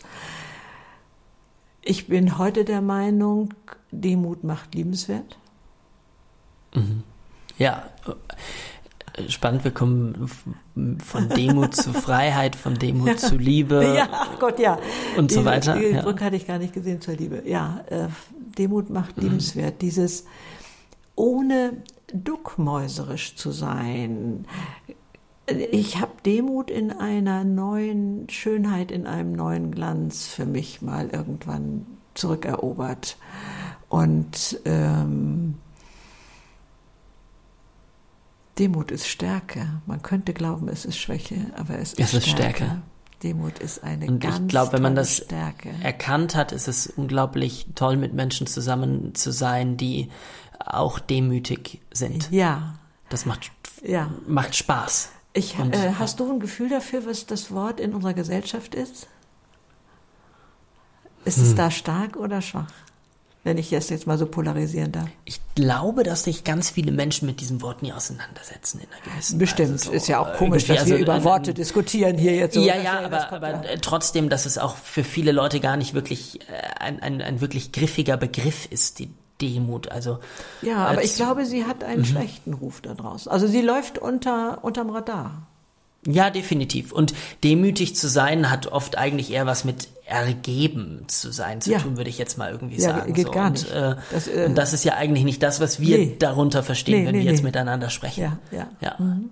Ich bin heute der Meinung, Demut macht liebenswert. Mhm. Ja, spannend, wir kommen von Demut zu Freiheit, von Demut ja. zu Liebe. Ja, Gott, ja. Und so die, weiter. Die ja. Brücke hatte ich gar nicht gesehen zur Liebe. Ja, äh, Demut macht liebenswert. Mhm. Dieses, ohne duckmäuserisch zu sein. Ich habe Demut in einer neuen Schönheit, in einem neuen Glanz für mich mal irgendwann zurückerobert. Und ähm, Demut ist Stärke. Man könnte glauben, es ist Schwäche, aber es ist, es ist Stärke. Stärke. Demut ist eine und ganz ich glaube, wenn man das Stärke. erkannt hat, ist es unglaublich toll, mit Menschen zusammen zu sein, die auch demütig sind. Ja. Das macht, ja. macht Spaß. Ich, Und, äh, hast du ein Gefühl dafür, was das Wort in unserer Gesellschaft ist? Ist es hm. da stark oder schwach? Wenn ich das jetzt mal so polarisieren darf. Ich glaube, dass sich ganz viele Menschen mit diesem Wort nie auseinandersetzen in einer gewissen Bestimmt, Weise. So, ist ja auch komisch, dass also, wir über äh, Worte diskutieren hier jetzt so. Ja, ja, aber, aber trotzdem, dass es auch für viele Leute gar nicht wirklich äh, ein, ein, ein wirklich griffiger Begriff ist, die Demut. Also, ja, aber ich glaube, sie hat einen mhm. schlechten Ruf da draußen. Also sie läuft unter unterm Radar. Ja, definitiv. Und demütig zu sein hat oft eigentlich eher was mit ergeben zu sein zu ja. tun, würde ich jetzt mal irgendwie ja, sagen. Geht so. gar und, nicht. Äh, das, äh, und das ist ja eigentlich nicht das, was wir nee. darunter verstehen, nee, wenn nee, wir jetzt nee. miteinander sprechen. Ja, ja. ja. Mhm.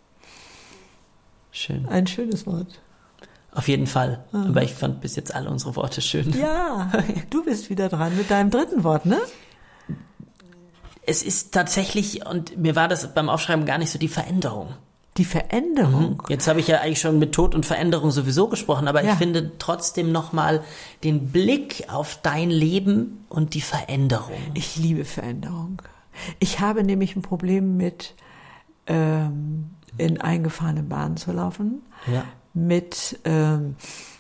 Schön. Ein schönes Wort. Auf jeden Fall. Mhm. Aber ich fand bis jetzt alle unsere Worte schön. Ja, du bist wieder dran mit deinem dritten Wort, ne? Es ist tatsächlich, und mir war das beim Aufschreiben gar nicht so, die Veränderung. Die Veränderung. Mhm. Jetzt habe ich ja eigentlich schon mit Tod und Veränderung sowieso gesprochen, aber ja. ich finde trotzdem nochmal den Blick auf dein Leben und die Veränderung. Ich liebe Veränderung. Ich habe nämlich ein Problem mit ähm, in eingefahrene Bahnen zu laufen. Ja. Mit ähm,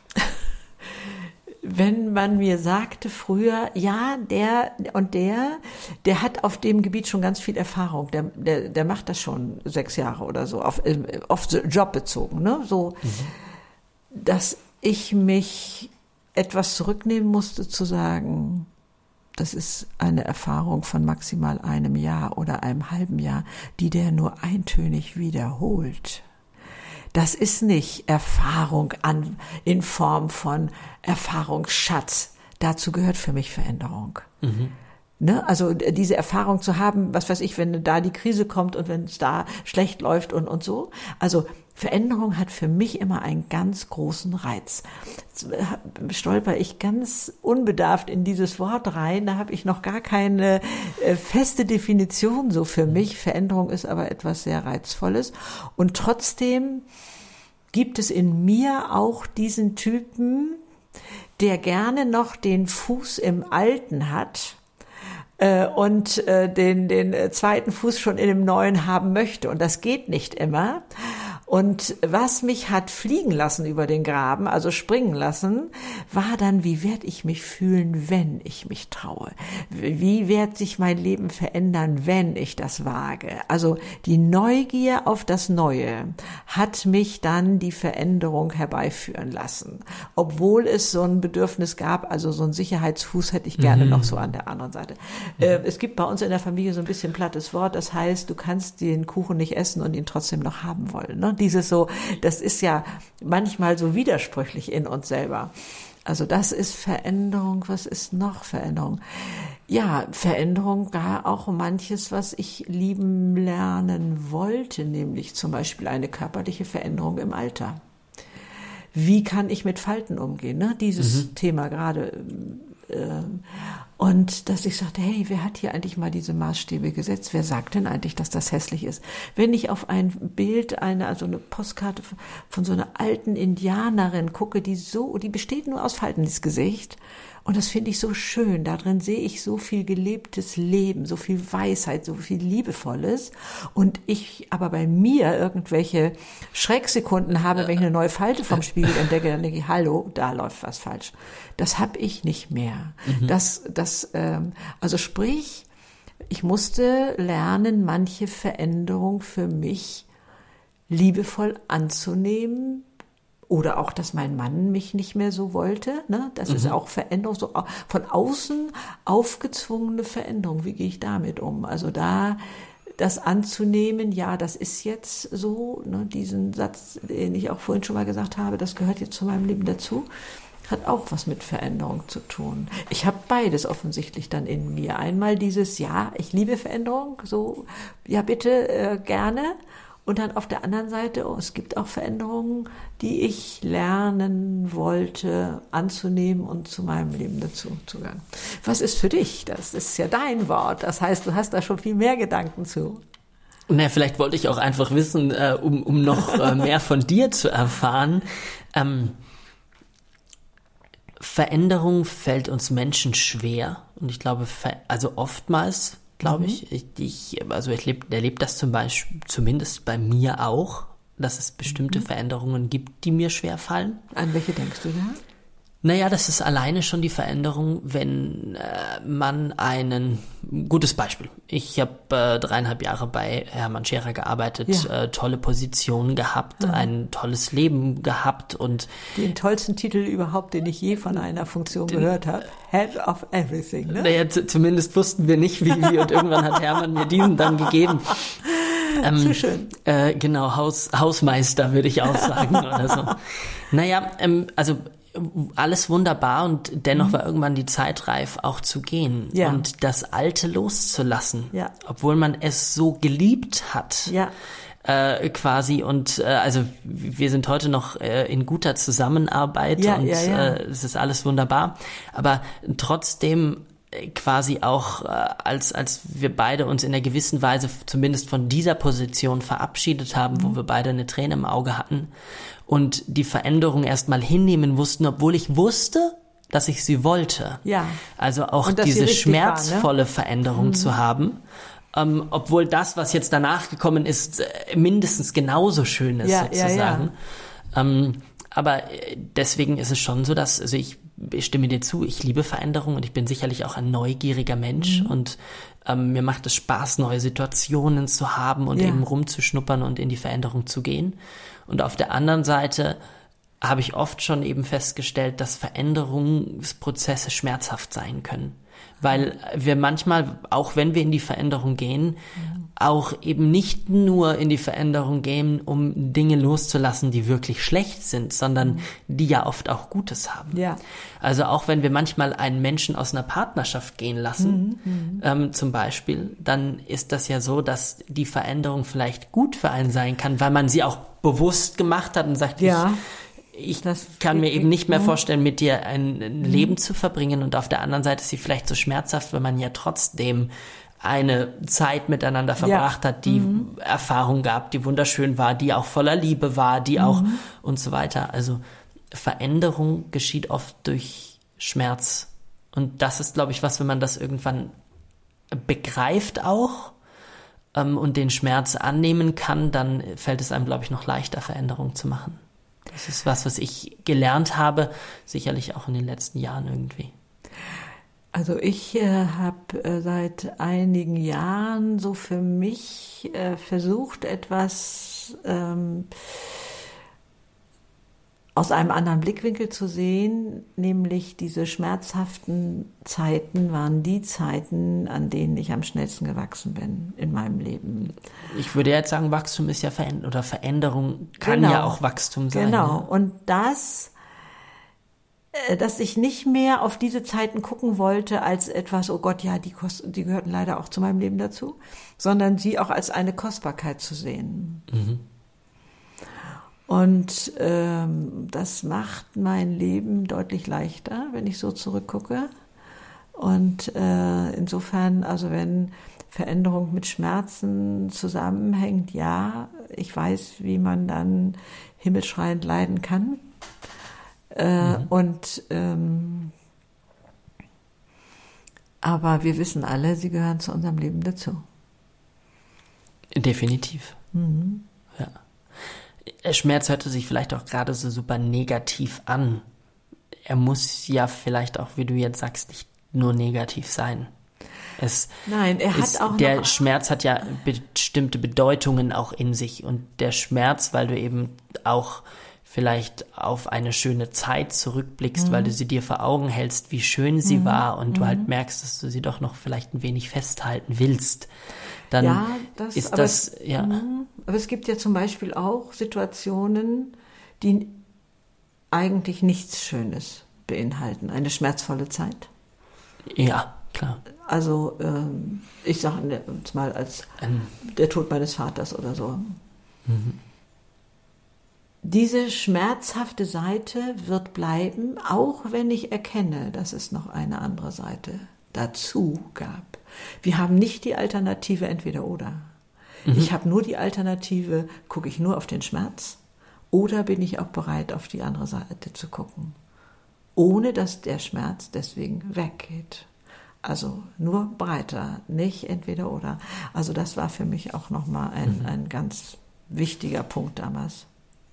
wenn man mir sagte früher, ja, der und der, der hat auf dem Gebiet schon ganz viel Erfahrung, der, der, der macht das schon sechs Jahre oder so, auf, auf jobbezogen, ne, so, mhm. dass ich mich etwas zurücknehmen musste zu sagen, das ist eine Erfahrung von maximal einem Jahr oder einem halben Jahr, die der nur eintönig wiederholt. Das ist nicht Erfahrung an, in Form von Erfahrungsschatz. Dazu gehört für mich Veränderung. Mhm. Ne? Also diese Erfahrung zu haben, was weiß ich, wenn da die Krise kommt und wenn es da schlecht läuft und, und so. Also Veränderung hat für mich immer einen ganz großen Reiz. Jetzt stolper ich ganz unbedarft in dieses Wort rein, da habe ich noch gar keine äh, feste Definition so für mich. Veränderung ist aber etwas sehr Reizvolles und trotzdem gibt es in mir auch diesen Typen, der gerne noch den Fuß im Alten hat, und äh, den den zweiten Fuß schon in dem neuen haben möchte. Und das geht nicht immer. Und was mich hat fliegen lassen über den Graben, also springen lassen, war dann, wie werde ich mich fühlen, wenn ich mich traue? Wie wird sich mein Leben verändern, wenn ich das wage? Also die Neugier auf das Neue hat mich dann die Veränderung herbeiführen lassen. Obwohl es so ein Bedürfnis gab, also so einen Sicherheitsfuß hätte ich gerne mhm. noch so an der anderen Seite. Mhm. Äh, es gibt bei uns in der Familie so ein bisschen plattes Wort, das heißt, du kannst den Kuchen nicht essen und ihn trotzdem noch haben wollen, ne? Dieses so, das ist ja manchmal so widersprüchlich in uns selber. Also das ist Veränderung. Was ist noch Veränderung? Ja, Veränderung gar auch manches, was ich lieben lernen wollte, nämlich zum Beispiel eine körperliche Veränderung im Alter. Wie kann ich mit Falten umgehen? Ne? Dieses mhm. Thema gerade. Und dass ich sagte, hey, wer hat hier eigentlich mal diese Maßstäbe gesetzt? Wer sagt denn eigentlich, dass das hässlich ist? Wenn ich auf ein Bild, eine, also eine Postkarte von so einer alten Indianerin gucke, die so, die besteht nur aus Falten, das Gesicht. Und das finde ich so schön. Darin sehe ich so viel gelebtes Leben, so viel Weisheit, so viel Liebevolles. Und ich aber bei mir irgendwelche Schrecksekunden habe, wenn ich eine neue Falte vom Spiegel entdecke, dann denke ich, hallo, da läuft was falsch. Das habe ich nicht mehr. Mhm. Das, das, ähm, also sprich, ich musste lernen, manche Veränderung für mich liebevoll anzunehmen. Oder auch, dass mein Mann mich nicht mehr so wollte. Ne? Das mhm. ist auch Veränderung, so von außen aufgezwungene Veränderung. Wie gehe ich damit um? Also da das anzunehmen, ja, das ist jetzt so, ne? Diesen Satz, den ich auch vorhin schon mal gesagt habe, das gehört jetzt zu meinem Leben dazu, hat auch was mit Veränderung zu tun. Ich habe beides offensichtlich dann in mir. Einmal dieses, ja, ich liebe Veränderung, so, ja bitte, äh, gerne. Und dann auf der anderen Seite, oh, es gibt auch Veränderungen, die ich lernen wollte, anzunehmen und zu meinem Leben dazu zu gehören. Was ist für dich? Das ist ja dein Wort. Das heißt, du hast da schon viel mehr Gedanken zu. Na, vielleicht wollte ich auch einfach wissen, äh, um, um noch äh, mehr von dir zu erfahren. Ähm, Veränderung fällt uns Menschen schwer. Und ich glaube, also oftmals glaube Mhm. ich. ich. Ich also ich lebe, erlebe das zum Beispiel, zumindest bei mir auch, dass es bestimmte Mhm. Veränderungen gibt, die mir schwerfallen. An welche denkst du da? Naja, das ist alleine schon die Veränderung, wenn äh, man einen, gutes Beispiel. Ich habe äh, dreieinhalb Jahre bei Hermann Scherer gearbeitet, Ja. äh, tolle Positionen gehabt, ein tolles Leben gehabt und Den tollsten Titel überhaupt, den ich je von einer Funktion gehört habe. Head of Everything, ne? naja, z- zumindest wussten wir nicht, wie, wie und irgendwann hat Hermann mir diesen dann gegeben. Ähm, So schön. Äh, genau, Haus, Hausmeister würde ich auch sagen oder so. Naja, ähm, also alles wunderbar und dennoch war irgendwann die Zeit reif, auch zu gehen Ja. und das Alte loszulassen, Ja. obwohl man es so geliebt hat. Ja. Äh, quasi und äh, also wir sind heute noch äh, in guter Zusammenarbeit Ja, und ja, ja. Äh, es ist alles wunderbar, aber trotzdem äh, quasi auch äh, als als wir beide uns in einer gewissen Weise zumindest von dieser Position verabschiedet haben, Mhm. wo wir beide eine Träne im Auge hatten und die Veränderung erstmal hinnehmen mussten, obwohl ich wusste, dass ich sie wollte. Ja. Also auch Und dass sie diese richtig war, ne? schmerzvolle Veränderung Mhm. zu haben. Ähm, obwohl das, was jetzt danach gekommen ist, äh, mindestens genauso schön ist, Ja, ja, sozusagen. Ähm, aber äh, deswegen ist es schon so, dass, also ich, ich stimme dir zu, ich liebe Veränderung und ich bin sicherlich auch ein neugieriger Mensch Mhm. und ähm, mir macht es Spaß, neue Situationen zu haben und Ja. eben rumzuschnuppern und in die Veränderung zu gehen. Und auf der anderen Seite habe ich oft schon eben festgestellt, dass Veränderungsprozesse schmerzhaft sein können. Weil wir manchmal, auch wenn wir in die Veränderung gehen, auch eben nicht nur in die Veränderung gehen, um Dinge loszulassen, die wirklich schlecht sind, sondern die ja oft auch Gutes haben. Ja. Also auch wenn wir manchmal einen Menschen aus einer Partnerschaft gehen lassen, ähm, zum Beispiel, dann ist das ja so, dass die Veränderung vielleicht gut für einen sein kann, weil man sie auch bewusst gemacht hat und sagt, Ja. ich, ich Das kann mir geht eben nicht mehr nicht. vorstellen, mit dir ein, ein Leben zu verbringen und auf der anderen Seite ist sie vielleicht so schmerzhaft, wenn man ja trotzdem eine Zeit miteinander verbracht hat, die Erfahrung gab, die wunderschön war, die auch voller Liebe war, die auch und so weiter. Also Veränderung geschieht oft durch Schmerz. Und das ist, glaube ich, was, wenn man das irgendwann begreift auch ähm, und den Schmerz annehmen kann, dann fällt es einem, glaube ich, noch leichter, Veränderung zu machen. Das ist was, was ich gelernt habe, sicherlich auch in den letzten Jahren irgendwie. Also ich äh, habe äh, seit einigen Jahren so für mich äh, versucht, etwas ähm, aus einem anderen Blickwinkel zu sehen, nämlich diese schmerzhaften Zeiten waren die Zeiten, an denen ich am schnellsten gewachsen bin in meinem Leben. Ich würde jetzt sagen, Wachstum ist ja Veränderung, oder Veränderung kann Genau. ja auch Wachstum sein. Genau. Ne? Und das, äh, dass ich nicht mehr auf diese Zeiten gucken wollte als etwas, oh Gott, ja, die, kost- die gehörten leider auch zu meinem Leben dazu, sondern sie auch als eine Kostbarkeit zu sehen. Mhm. Und ähm, das macht mein Leben deutlich leichter, wenn ich so zurückgucke. Und äh, insofern, also wenn Veränderung mit Schmerzen zusammenhängt, ja, ich weiß, wie man dann himmelschreiend leiden kann. Äh, Mhm. Und ähm, aber wir wissen alle, sie gehören zu unserem Leben dazu. Definitiv. Mhm. Ja. Schmerz hörte sich vielleicht auch gerade so super negativ an. Er muss ja vielleicht auch, wie du jetzt sagst, nicht nur negativ sein. Es Nein, er ist, hat auch der noch, Schmerz hat ja bestimmte Bedeutungen auch in sich und der Schmerz, weil du eben auch vielleicht auf eine schöne Zeit zurückblickst, Mhm. weil du sie dir vor Augen hältst, wie schön sie mhm. war und mhm. du halt merkst, dass du sie doch noch vielleicht ein wenig festhalten willst. Dann ja, das, ist aber das, es, ja. mh, aber es gibt ja zum Beispiel auch Situationen, die eigentlich nichts Schönes beinhalten. Eine schmerzvolle Zeit. Ja, klar. Also ähm, ich sage jetzt mal als Ähm. der Tod meines Vaters oder so. Mhm. Diese schmerzhafte Seite wird bleiben, auch wenn ich erkenne, dass es noch eine andere Seite dazu gab. Wir haben nicht die Alternative entweder oder. Mhm. Ich habe nur die Alternative, gucke ich nur auf den Schmerz oder bin ich auch bereit, auf die andere Seite zu gucken, ohne dass der Schmerz deswegen weggeht. Also nur breiter, nicht entweder oder. Also das war für mich auch nochmal ein, mhm. ein ganz wichtiger Punkt damals.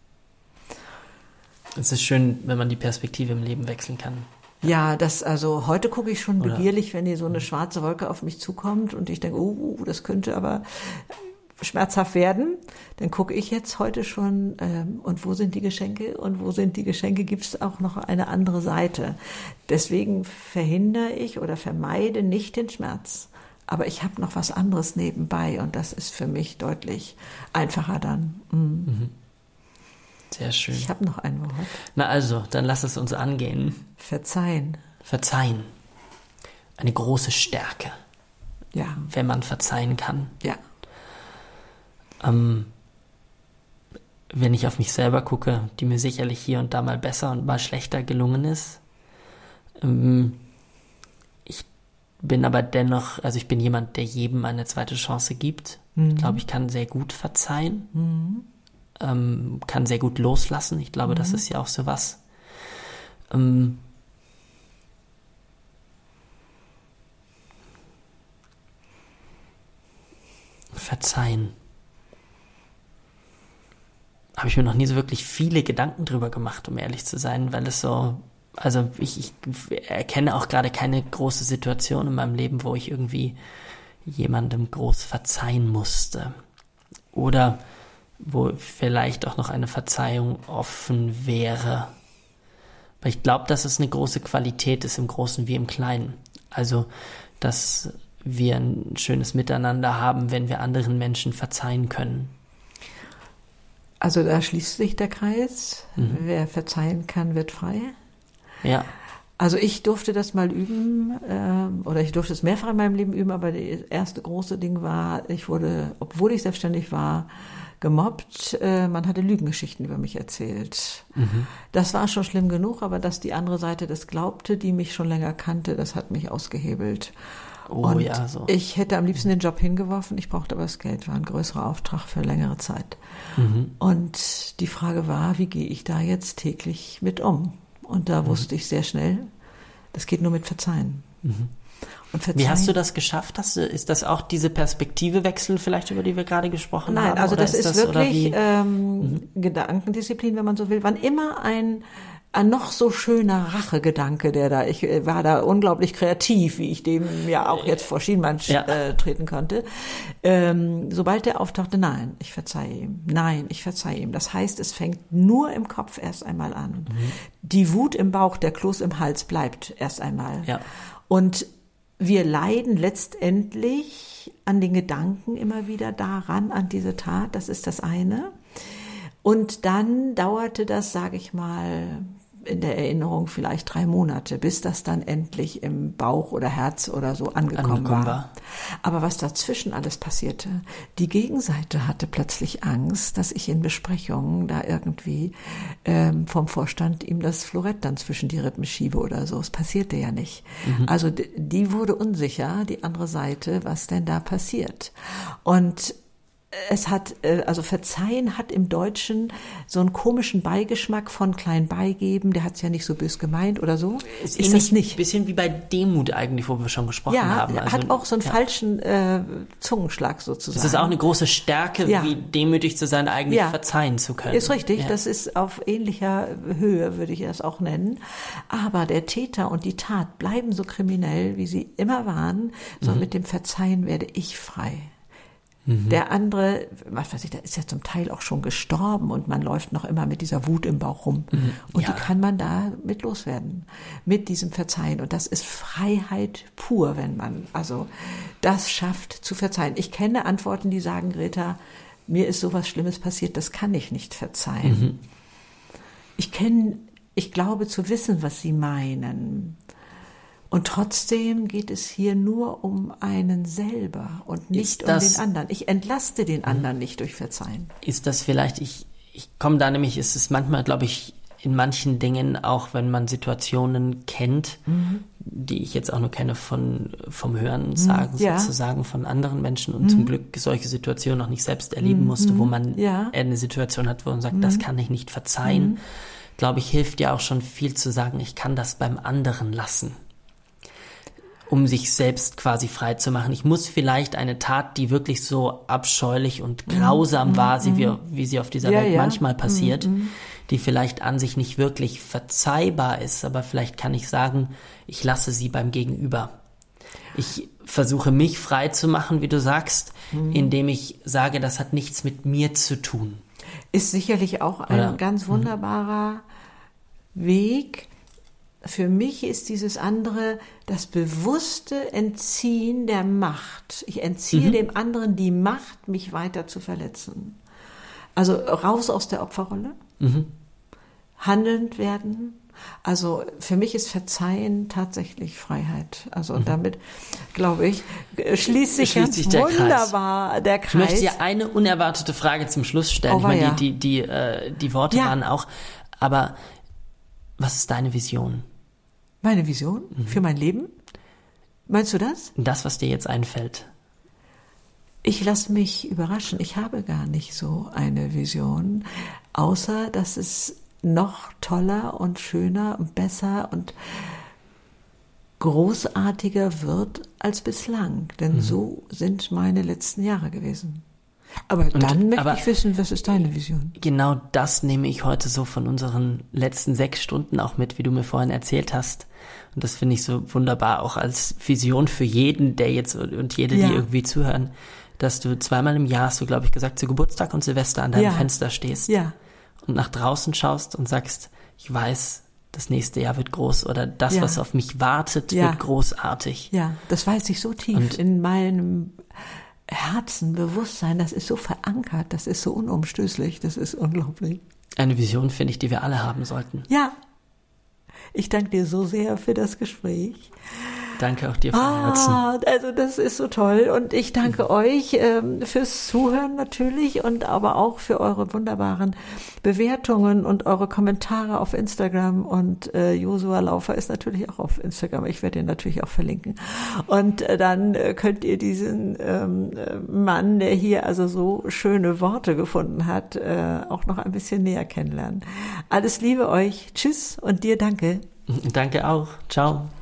Es ist schön, wenn man die Perspektive im Leben wechseln kann. Ja, das, also heute gucke ich schon Oder? begierlich, wenn hier so eine schwarze Wolke auf mich zukommt und ich denke, oh, das könnte aber schmerzhaft werden. Dann gucke ich jetzt heute schon, ähm, und wo sind die Geschenke? Und wo sind die Geschenke? Gibt es auch noch eine andere Seite? Deswegen verhindere ich oder vermeide nicht den Schmerz. Aber ich habe noch was anderes nebenbei und das ist für mich deutlich einfacher dann. Mhm. Mhm. Sehr schön. Ich habe noch ein Wort. Na also, dann lass es uns angehen. Verzeihen. Verzeihen. Eine große Stärke. Ja. Wenn man verzeihen kann. Ja. Ähm, wenn ich auf mich selber gucke, die mir sicherlich hier und da mal besser und mal schlechter gelungen ist. Ähm, ich bin aber dennoch, also ich bin jemand, der jedem eine zweite Chance gibt. Mhm. Ich glaube, ich kann sehr gut verzeihen. Mhm. Ähm, kann sehr gut loslassen. Ich glaube, mhm. das ist ja auch so was. Ähm, verzeihen. Habe ich mir noch nie so wirklich viele Gedanken drüber gemacht, um ehrlich zu sein, weil es so, also ich, ich erkenne auch gerade keine große Situation in meinem Leben, wo ich irgendwie jemandem groß verzeihen musste. Oder wo vielleicht auch noch eine Verzeihung offen wäre. Weil ich glaube, dass es eine große Qualität ist, im Großen wie im Kleinen. Also, dass wir ein schönes Miteinander haben, wenn wir anderen Menschen verzeihen können. Also da schließt sich der Kreis. Mhm. Wer verzeihen kann, wird frei. Ja. Also ich durfte das mal üben, äh, oder ich durfte es mehrfach in meinem Leben üben, aber das erste große Ding war, ich wurde, obwohl ich selbstständig war, gemobbt. Äh, man hatte Lügengeschichten über mich erzählt. Mhm. Das war schon schlimm genug, aber dass die andere Seite das glaubte, die mich schon länger kannte, das hat mich ausgehebelt. Oh, und ja, so. Ich hätte am liebsten den Job hingeworfen, ich brauchte aber das Geld, war ein größerer Auftrag für längere Zeit. Mhm. Und die Frage war, wie gehe ich da jetzt täglich mit um? Und da mhm. wusste ich sehr schnell, das geht nur mit Verzeihen. Mhm. Und Verzeihen. Wie hast du das geschafft? Hast du, ist das auch diese Perspektivewechsel vielleicht, über die wir gerade gesprochen Nein, haben? Nein, also das ist, ist das ähm, wirklich ähm, Gedankendisziplin, wenn man so will. Wann immer ein ein noch so schöner Rachegedanke, der da, ich war da unglaublich kreativ, wie ich dem ja auch jetzt vor Schienbein ja. äh, treten konnte. Ähm, sobald der auftauchte, nein, ich verzeihe ihm, nein, ich verzeihe ihm. Das heißt, es fängt nur im Kopf erst einmal an. Mhm. Die Wut im Bauch, der Kloß im Hals bleibt erst einmal. Ja. Und wir leiden letztendlich an den Gedanken immer wieder daran, an diese Tat, das ist das eine. Und dann dauerte das, sage ich mal, in der Erinnerung vielleicht drei Monate, bis das dann endlich im Bauch oder Herz oder so angekommen, angekommen war. war. Aber was dazwischen alles passierte, die Gegenseite hatte plötzlich Angst, dass ich in Besprechungen da irgendwie ähm, vom Vorstand ihm das Florett dann zwischen die Rippen schiebe oder so. Es passierte ja nicht. Mhm. Also die, die wurde unsicher, die andere Seite, was denn da passiert. Und es hat, also Verzeihen hat im Deutschen so einen komischen Beigeschmack von klein beigeben, der hat es ja nicht so bös gemeint oder so. Ist, ist das nicht? Ein bisschen wie bei Demut eigentlich, wo wir schon gesprochen ja, haben. Ja, also, hat auch so einen ja. falschen äh, Zungenschlag sozusagen. Das ist auch eine große Stärke, ja. wie demütig zu sein, eigentlich ja. verzeihen zu können. Ist richtig, ja. das ist auf ähnlicher Höhe, würde ich das auch nennen. Aber der Täter und die Tat bleiben so kriminell, wie sie immer waren. So mhm. mit dem Verzeihen werde ich frei. Der andere, was weiß ich, der ist ja zum Teil auch schon gestorben und man läuft noch immer mit dieser Wut im Bauch rum. Mhm. Und ja. die kann man da mit loswerden, mit diesem Verzeihen. Und das ist Freiheit pur, wenn man also das schafft zu verzeihen. Ich kenne Antworten, die sagen, Greta, mir ist sowas Schlimmes passiert, das kann ich nicht verzeihen. Mhm. Ich kenne, ich glaube zu wissen, was sie meinen. Und trotzdem geht es hier nur um einen selber und nicht um den anderen. Ich entlaste den anderen nicht durch Verzeihen. Ist das vielleicht, ich, ich komme da nämlich, ist es manchmal, glaube ich, in manchen Dingen, auch wenn man Situationen kennt, mhm. die ich jetzt auch nur kenne von, vom Hören sagen, ja. sozusagen von anderen Menschen und mhm. zum Glück solche Situationen noch nicht selbst erleben mhm. musste, wo man ja. eine Situation hat, wo man sagt, mhm. das kann ich nicht verzeihen. Mhm. Glaube ich, hilft ja auch schon viel zu sagen, ich kann das beim anderen lassen. um sich selbst quasi frei zu machen. Ich muss vielleicht eine Tat, die wirklich so abscheulich und grausam mm, war, mm, sie wie, wie sie auf dieser ja, Welt ja. manchmal passiert, Mm, mm. die vielleicht an sich nicht wirklich verzeihbar ist, aber vielleicht kann ich sagen, ich lasse sie beim Gegenüber. Ich versuche mich frei zu machen, wie du sagst, mm. indem ich sage, das hat nichts mit mir zu tun. Ist sicherlich auch ein Oder, ganz wunderbarer mm. Weg. Für mich ist dieses andere das bewusste Entziehen der Macht. Ich entziehe mhm. dem anderen die Macht, mich weiter zu verletzen. Also raus aus der Opferrolle, mhm. handelnd werden. Also für mich ist Verzeihen tatsächlich Freiheit. Also mhm. damit, glaube ich, schließt sich schließt ganz sich der wunderbar Kreis. der Kreis. Ich möchte dir eine unerwartete Frage zum Schluss stellen. Oh, ich meine, ja. die, die, die, äh, die Worte ja. waren auch, aber was ist deine Vision? Meine Vision mhm. für mein Leben? Meinst du das? Das, was dir jetzt einfällt. Ich lasse mich überraschen. Ich habe gar nicht so eine Vision, außer dass es noch toller und schöner und besser und großartiger wird als bislang. Denn mhm. so sind meine letzten Jahre gewesen. Aber und, dann möchte aber ich wissen, was ist deine Vision? Genau das nehme ich heute so von unseren letzten sechs Stunden auch mit, wie du mir vorhin erzählt hast. Und das finde ich so wunderbar, auch als Vision für jeden, der jetzt und jede, ja. die irgendwie zuhören, dass du zweimal im Jahr, hast du, glaube ich, gesagt, zu Geburtstag und Silvester an deinem ja. Fenster stehst ja. und nach draußen schaust und sagst, ich weiß, das nächste Jahr wird groß oder das, ja. was auf mich wartet, ja. wird großartig. Ja, das weiß ich so tief und in meinem Herzen, Bewusstsein, das ist so verankert, das ist so unumstößlich, das ist unglaublich. Eine Vision, finde ich, die wir alle haben sollten. Ja, ich danke dir so sehr für das Gespräch. Danke auch dir von ah, Herzen. Also das ist so toll und ich danke mhm. euch ähm, fürs Zuhören natürlich und aber auch für eure wunderbaren Bewertungen und eure Kommentare auf Instagram und äh, Josua Laufer ist natürlich auch auf Instagram. Ich werde ihn natürlich auch verlinken und äh, dann äh, könnt ihr diesen ähm, Mann, der hier also so schöne Worte gefunden hat, äh, auch noch ein bisschen näher kennenlernen. Alles Liebe euch. Tschüss und dir danke. Danke auch. Ciao.